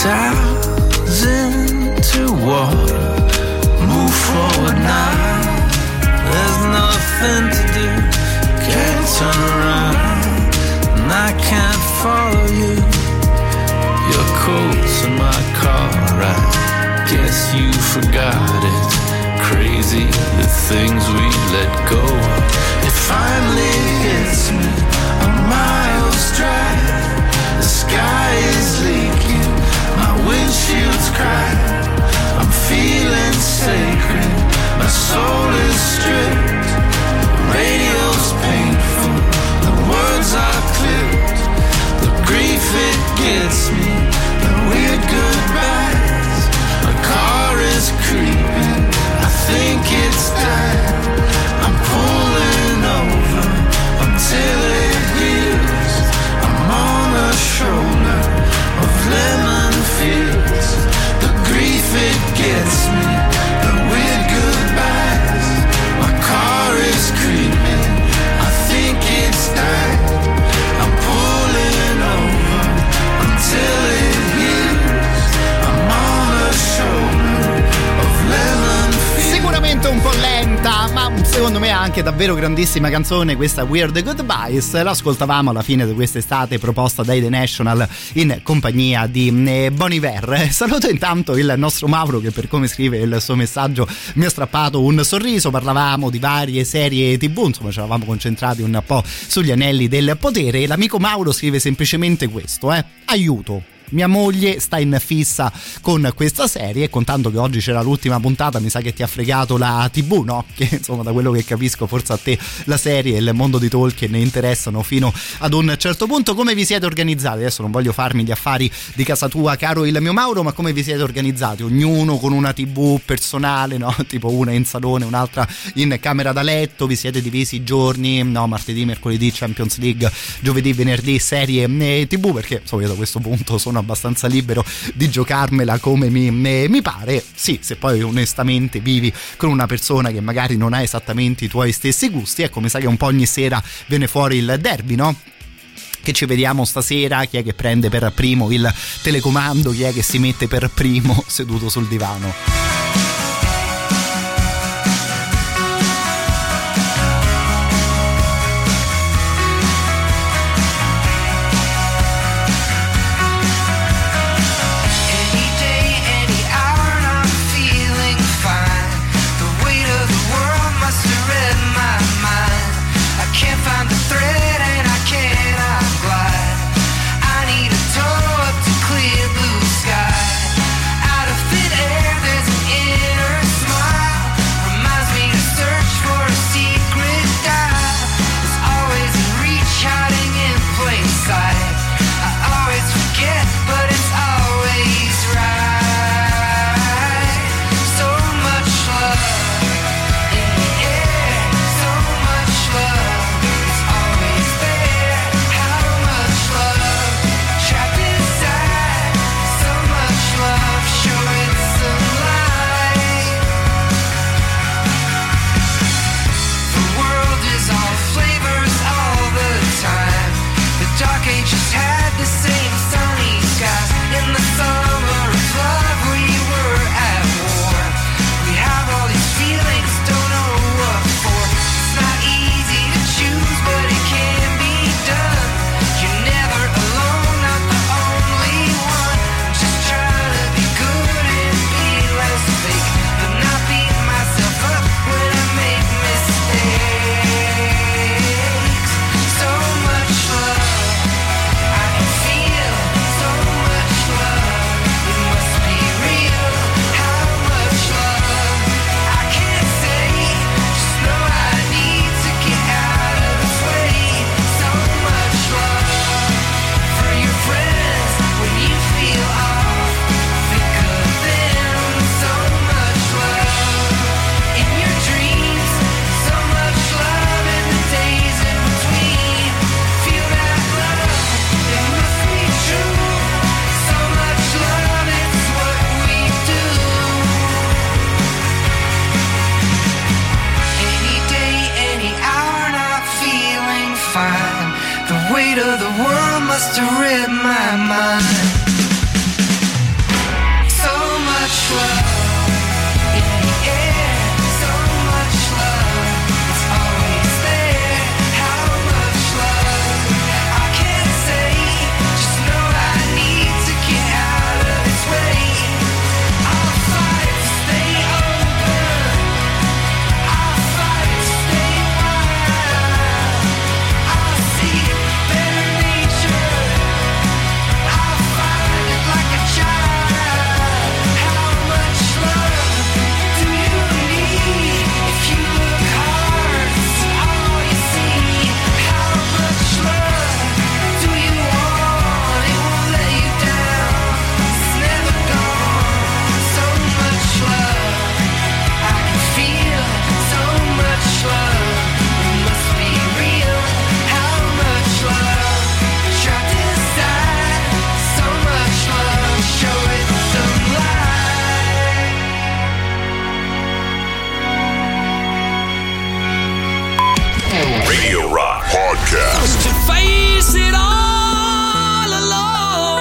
stars into water. Move forward now. There's nothing to do. Can't turn around, and I can't follow you. Your coat's in my car. I guess you forgot it. Crazy the things we let go. It finally hits me. A mile's drive. The sky is leaking. My windshield's crying. I'm feeling sacred. My soul is stripped. The radio's painful. The words are clipped. The grief it gets me. The weird goodbyes. A car is creeping. I think it's time. I'm pulling over until it heals. I'm on a shoulder of lemon fields. The grief it gets me. The weird goodbyes. My car is creeping. I think it's time. I'm pulling over until it heals. I'm on a shoulder of lemon fields. Sicuramente un po' lenta, ma secondo me anche davvero grandissima canzone questa Weird Goodbyes. L'ascoltavamo alla fine di quest'estate, proposta dai The National in compagnia di Bon Iver. Saluto intanto il nostro Mauro che, per come scrive il suo messaggio, mi ha strappato un sorriso. Parlavamo di varie serie tv, insomma ci eravamo concentrati un po' sugli anelli del potere, e l'amico Mauro scrive semplicemente questo, eh aiuto, mia moglie sta in fissa con questa serie, e contando che oggi c'era l'ultima puntata mi sa che ti ha fregato la tivù, no? Che insomma, da quello che capisco, forse a te la serie e il mondo di Tolkien ne interessano fino ad un certo punto. Come vi siete organizzati? Adesso non voglio farmi gli affari di casa tua, caro il mio Mauro, ma come vi siete organizzati? Ognuno con una tivù personale, no? Tipo una in salone, un'altra in camera da letto. Vi siete divisi i giorni? No, martedì, mercoledì Champions League, giovedì, venerdì serie tivù, perché insomma io da questo punto sono abbastanza libero di giocarmela come mi, mi pare. Sì, se poi onestamente vivi con una persona che magari non ha esattamente i tuoi stessi gusti, ecco, mi sa che un po' ogni sera viene fuori il derby, no? Che ci vediamo stasera, chi è che prende per primo il telecomando, chi è che si mette per primo seduto sul divano. weight of the world must have read my mind. it all alone.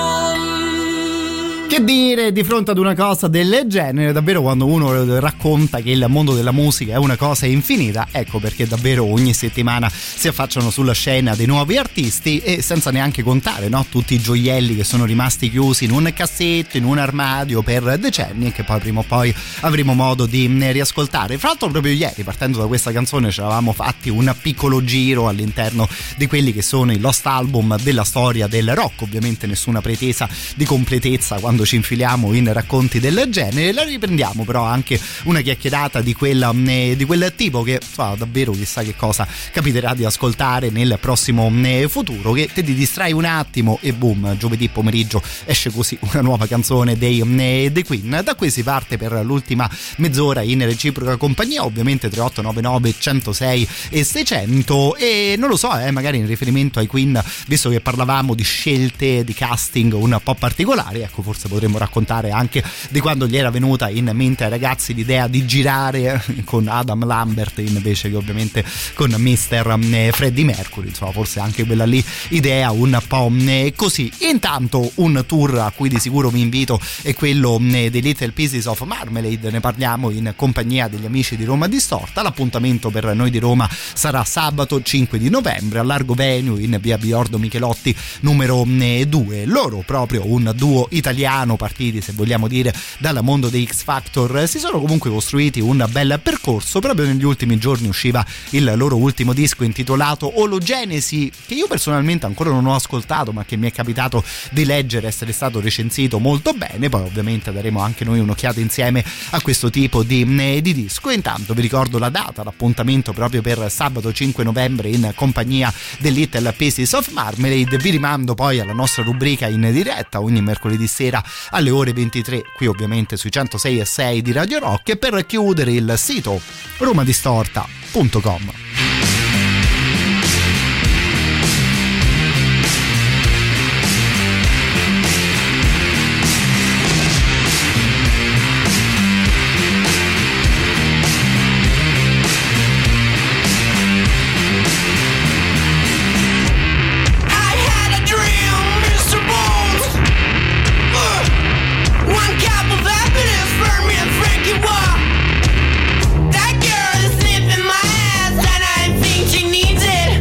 Che dire di fronte ad una cosa del genere? Davvero, quando uno racconta che il mondo della musica è una cosa infinita, ecco perché davvero ogni settimana si affacciano sulla scena dei nuovi artisti, e senza neanche contare, no? Tutti i gioielli che sono rimasti chiusi in un cassetto, in un armadio per decenni, e che poi prima o poi avremo modo di riascoltare. Fra l'altro proprio ieri, partendo da questa canzone, ci eravamo fatti un piccolo giro all'interno di quelli che sono i lost album della storia del rock. Ovviamente nessuna pretesa di completezza quando ci infiliamo in racconti del genere. La riprendiamo però anche una chiacchierata di quella di quel tipo che fa davvero chissà che cosa capiterà di ascoltare nel prossimo futuro, che te ti distrai un attimo e boom, giovedì pomeriggio esce così una nuova canzone dei The Queen. Da qui si parte per l'ultima mezz'ora in reciproca compagnia, ovviamente tre otto nove nove uno zero sei e seicento, e non lo so, eh, magari in riferimento ai Queen, visto che parlavamo di scelte di casting un po' particolari, ecco forse potremmo raccontare anche di quando gli era venuta in mente ai ragazzi l'idea di girare con Adam Lambert invece che ovviamente con mister Freddie Mercury, insomma forse anche quella lì idea un po' così. Intanto un tour a cui di sicuro vi invito è quello dei Little Pieces of Marmalade, ne parliamo in compagnia degli amici di Roma Distorta. L'appuntamento per noi di Roma sarà sabato cinque di novembre al Largo Venue in via Biordo Michelotti numero due. Loro, proprio un duo italiano partiti, se vogliamo dire, dal mondo dei X Factor, si sono comunque costruiti un bel percorso. Proprio negli ultimi giorni usciva il loro ultimo disco intitolato Ologenesi, che io personalmente ancora non ho ascoltato ma che mi è capitato di leggere essere stato recensito molto bene. Poi ovviamente daremo anche noi un'occhiata insieme a questo tipo di, di disco. Intanto vi ricordo la data, l'appuntamento proprio per sabato cinque novembre in compagnia del Little Pieces of Marmalade. Vi rimando poi alla nostra rubrica in diretta ogni mercoledì sera alle ore ventitré, qui ovviamente sui centosei e sei di Radio Rock, e per chiudere il sito romadistorta punto com. That girl is sniffing my ass and I think she needs it.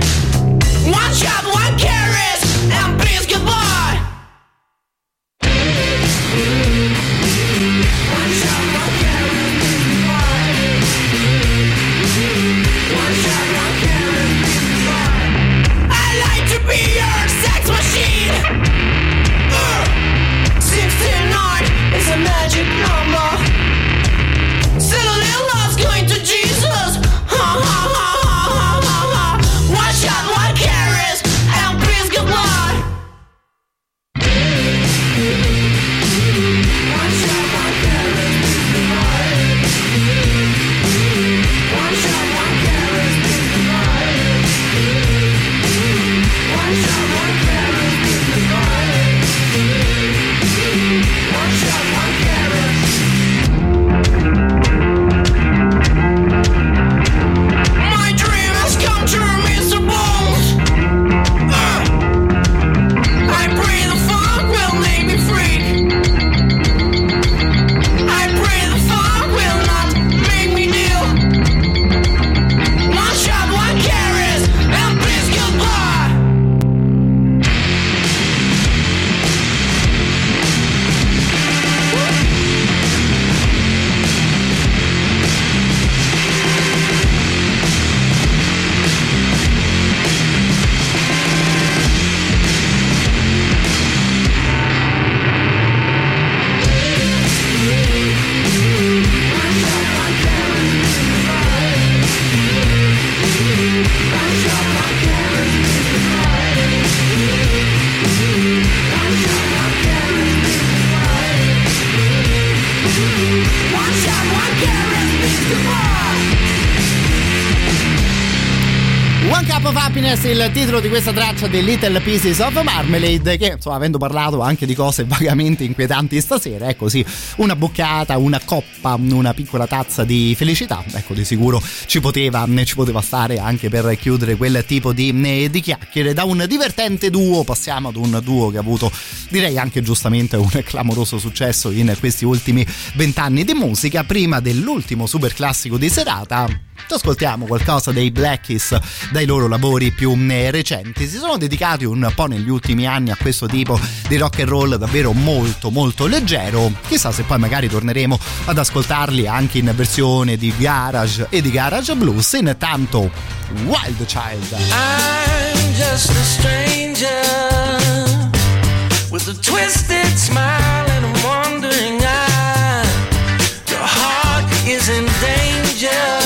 One Cup of Happiness, il titolo di questa traccia di Little Pieces of Marmalade, che insomma, avendo parlato anche di cose vagamente inquietanti stasera, ecco sì, una boccata, una coppa, una piccola tazza di felicità, ecco di sicuro ci poteva, ci poteva stare anche per chiudere quel tipo di, di chiacchiere. Da un divertente duo passiamo ad un duo che ha avuto, direi anche giustamente, un clamoroso successo in questi ultimi vent'anni di musica. Prima dell'ultimo super classico di serata ci ascoltiamo qualcosa dei Black Keys, dai loro lavori più recenti. Si sono dedicati un po' negli ultimi anni a questo tipo di rock and roll davvero molto molto leggero. Chissà se poi magari torneremo ad ascoltarli anche in versione di garage e di garage blues. Intanto Wild Child. I'm just a stranger with a twisted smile and a wandering eye. Your heart is in danger.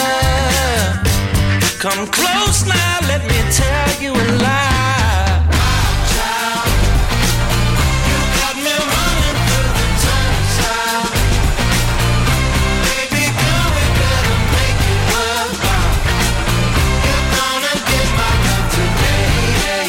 Come close now, let me tell you a lie. Wild child, you got me running through the turnstile. Baby girl, we better make it worthwhile. You're gonna get my love today.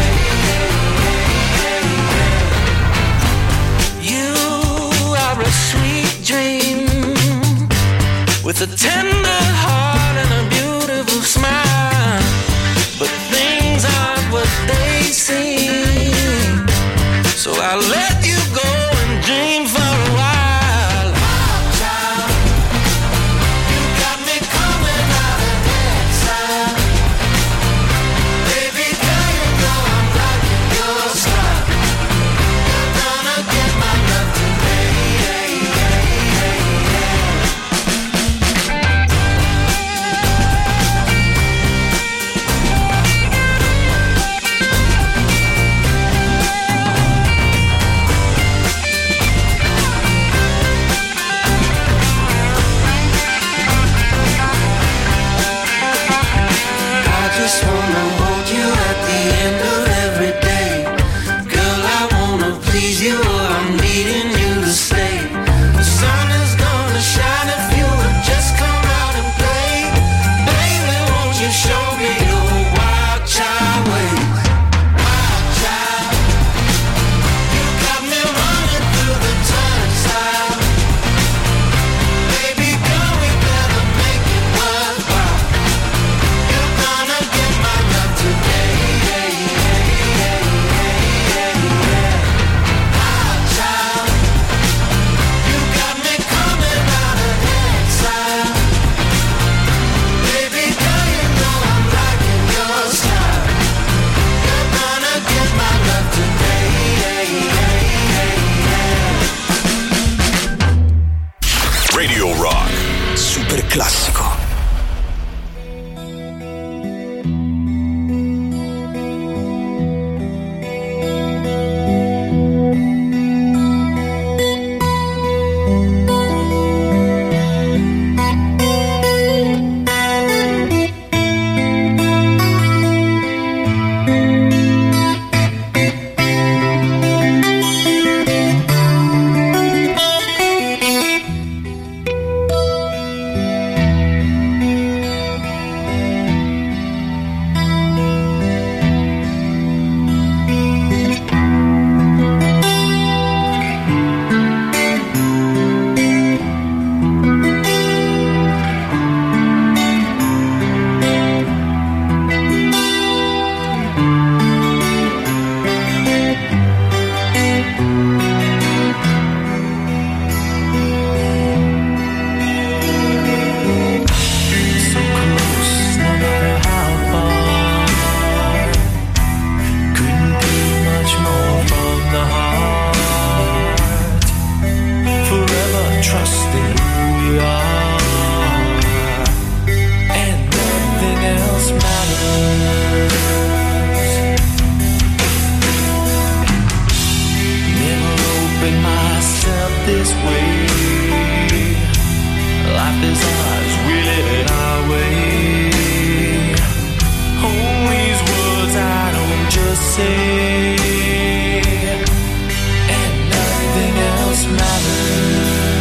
You are a sweet dream with a tender heart and a beautiful smile, but things aren't what they seem, so I'll let you go and dream for a while. Wild child, you got me coming out of exile. Baby girl, you know I'm liking your style. You're gonna get my love today. Just wanna hold you at the end of every day. Girl, I wanna please you or I'm needing you to stay. The sun is gonna shine if you would just come out and play. Baby, won't you show me your wild child ways? Wild child, you got me running through the turnstile. Baby girl, we better make it worthwhile. You're gonna get my love today. Wild child, you got me coming out of exile. Baby girl, you know I'm liking your style. You're gonna get my love today. Radio Rock, super classico.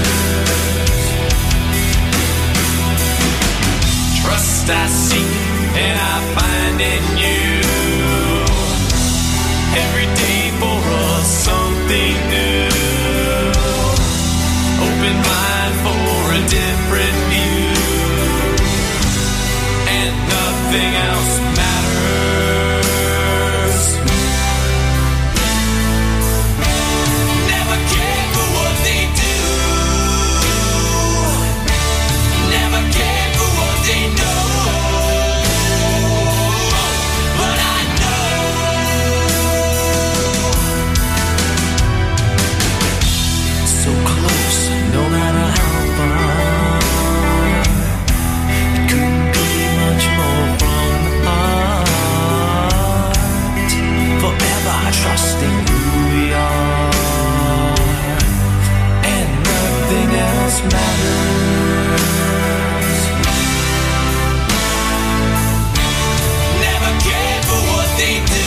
I see and I find in you every day for us something new. Open mind for a different view, and nothing else matters. Never cared for what they do, never cared for what they know, but I know so close, no matter how far. It couldn't be much more from the heart. Forever trusting who we are, and nothing else matters. Never cared for what they do,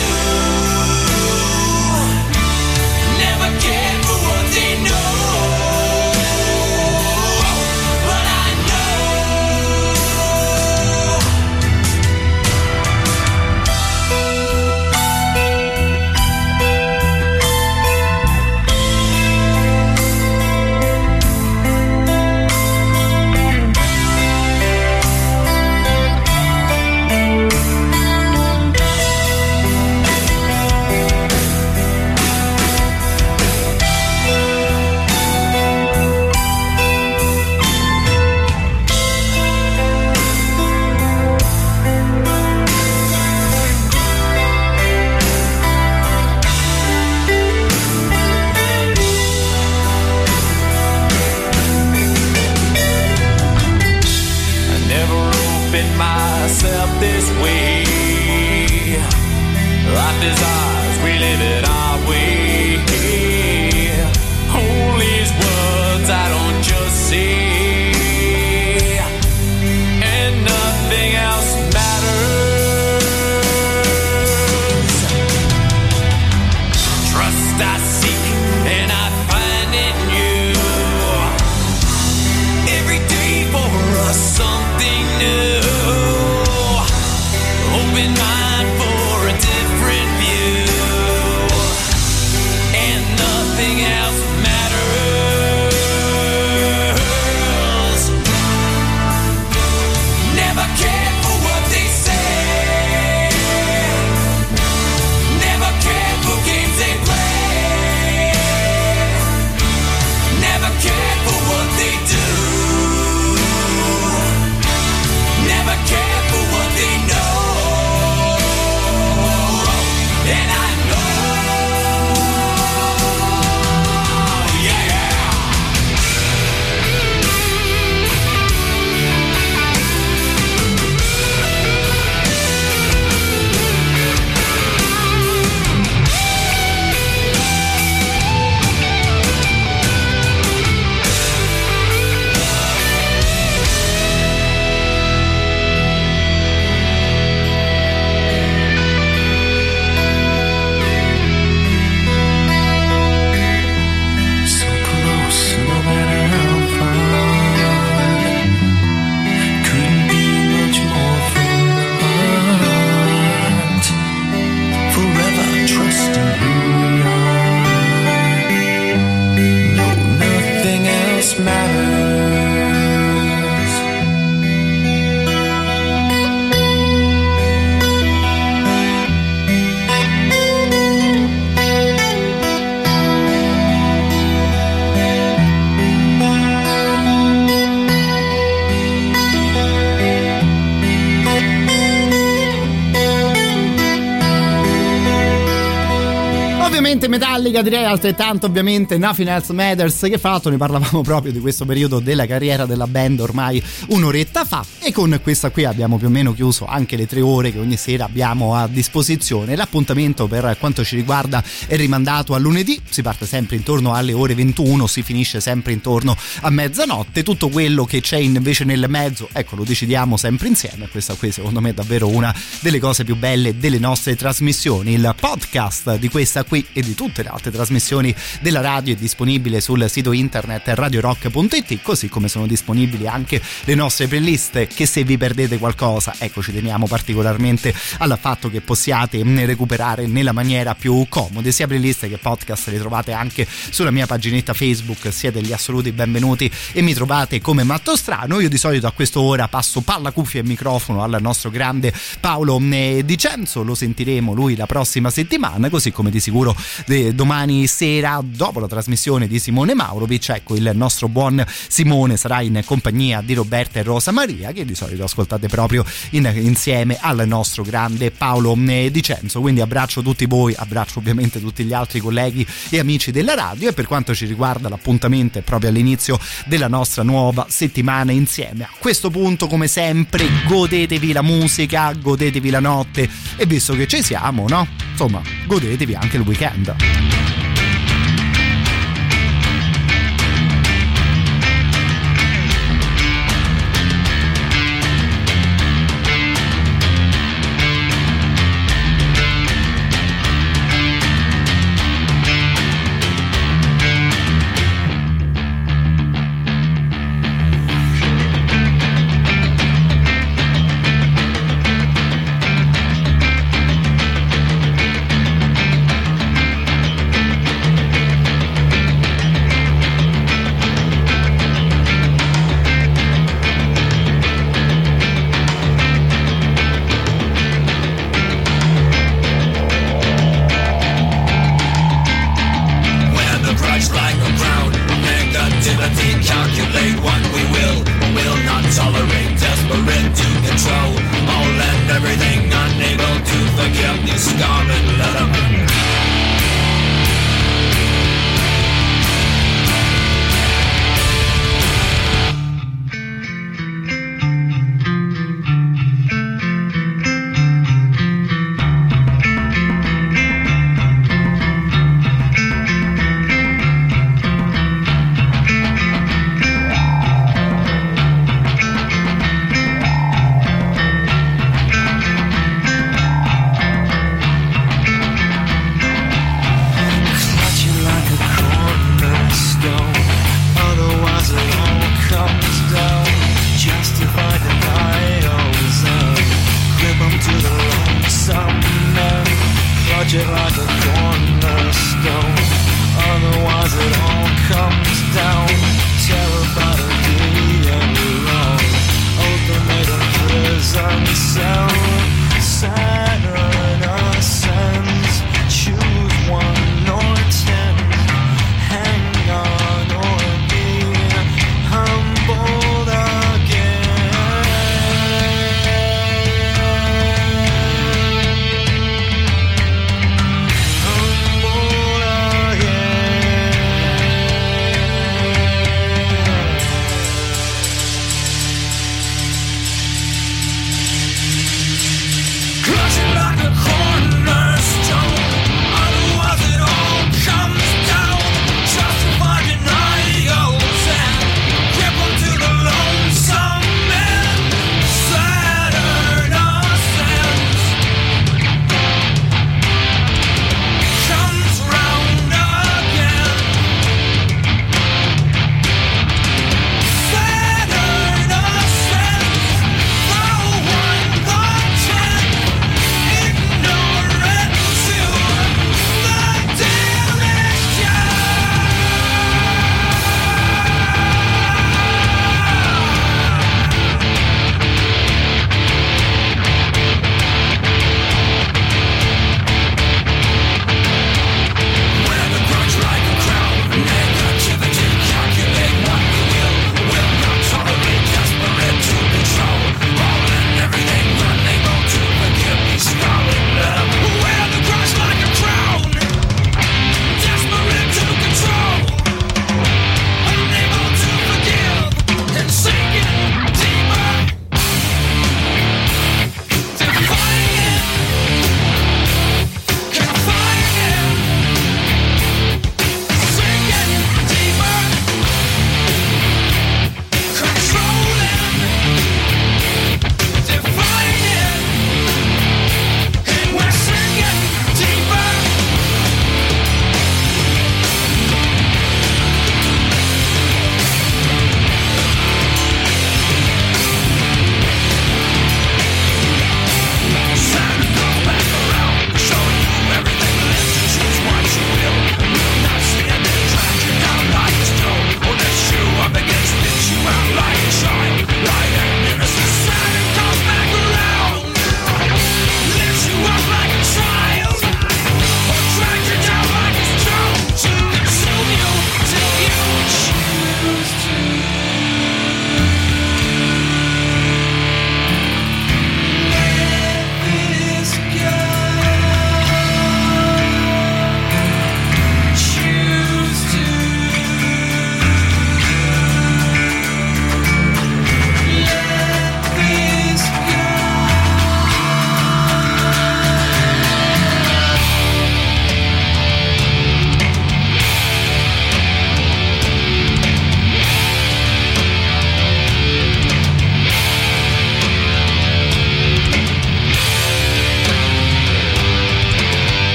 never cared for what they know, but I know I never opened myself this way. Life is ours, we live it our way. Hold these words I don't just say, and nothing else matters. Trust I seek and I find in you every day for us something new. Open mind for a different view, and nothing else matters. Never cared for what they say, never cared for games they play, never cared for what they do, never cared for what they know, and I know, yeah, yeah. So close, no matter how far. Couldn't be much more from the heart. Forever trusting who we are. No, nothing else matters. Ovviamente Metallica, direi altrettanto ovviamente Nothing Else Matters, che fra l'altro ne parlavamo proprio di questo periodo della carriera della band ormai un'oretta fa, e con questa qui abbiamo più o meno chiuso anche le tre ore che ogni sera abbiamo a disposizione. L'appuntamento per quanto ci riguarda è rimandato a lunedì, si parte sempre intorno alle ore ventuno, si finisce sempre intorno a mezzanotte. Tutto quello che c'è invece nel mezzo, ecco, lo decidiamo sempre insieme. Questa qui secondo me è davvero una delle cose più belle delle nostre trasmissioni. Il podcast di questa qui e di tutte le altre trasmissioni della radio è disponibile sul sito internet radio rock punto it, così come sono disponibili anche le nostre playlist, che se vi perdete qualcosa, ecco, ci teniamo particolarmente al fatto che possiate recuperare nella maniera più comoda. Sia playlist che podcast li trovate anche sulla mia paginetta Facebook, siete gli assoluti benvenuti e mi trovate come Matto Strano. Io di solito a quest'ora passo palla, cuffia e microfono al nostro grande Paolo Dicenzo, lo sentiremo lui la prossima settimana, così come di sicuro eh, domani sera dopo la trasmissione di Simone Maurovic, ecco, il nostro buon Simone sarà in compagnia di Roberta e Rosa Maria, che di solito ascoltate proprio in, insieme al nostro grande Paolo Dicenzo. Quindi abbraccio tutti voi, abbraccio ovviamente tutti gli altri colleghi e amici della radio, e per quanto ci riguarda l'appuntamento è proprio all'inizio della nostra nuova settimana insieme. A questo punto, come sempre, godetevi la musica, godetevi la notte, e visto che ci siamo, no? Insomma, godetevi anche il weekend.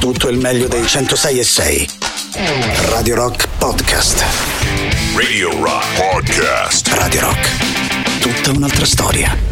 tutto il meglio dei centosei e sei. Radio Rock Podcast. Radio Rock Podcast. Radio Rock. Tutta un'altra storia.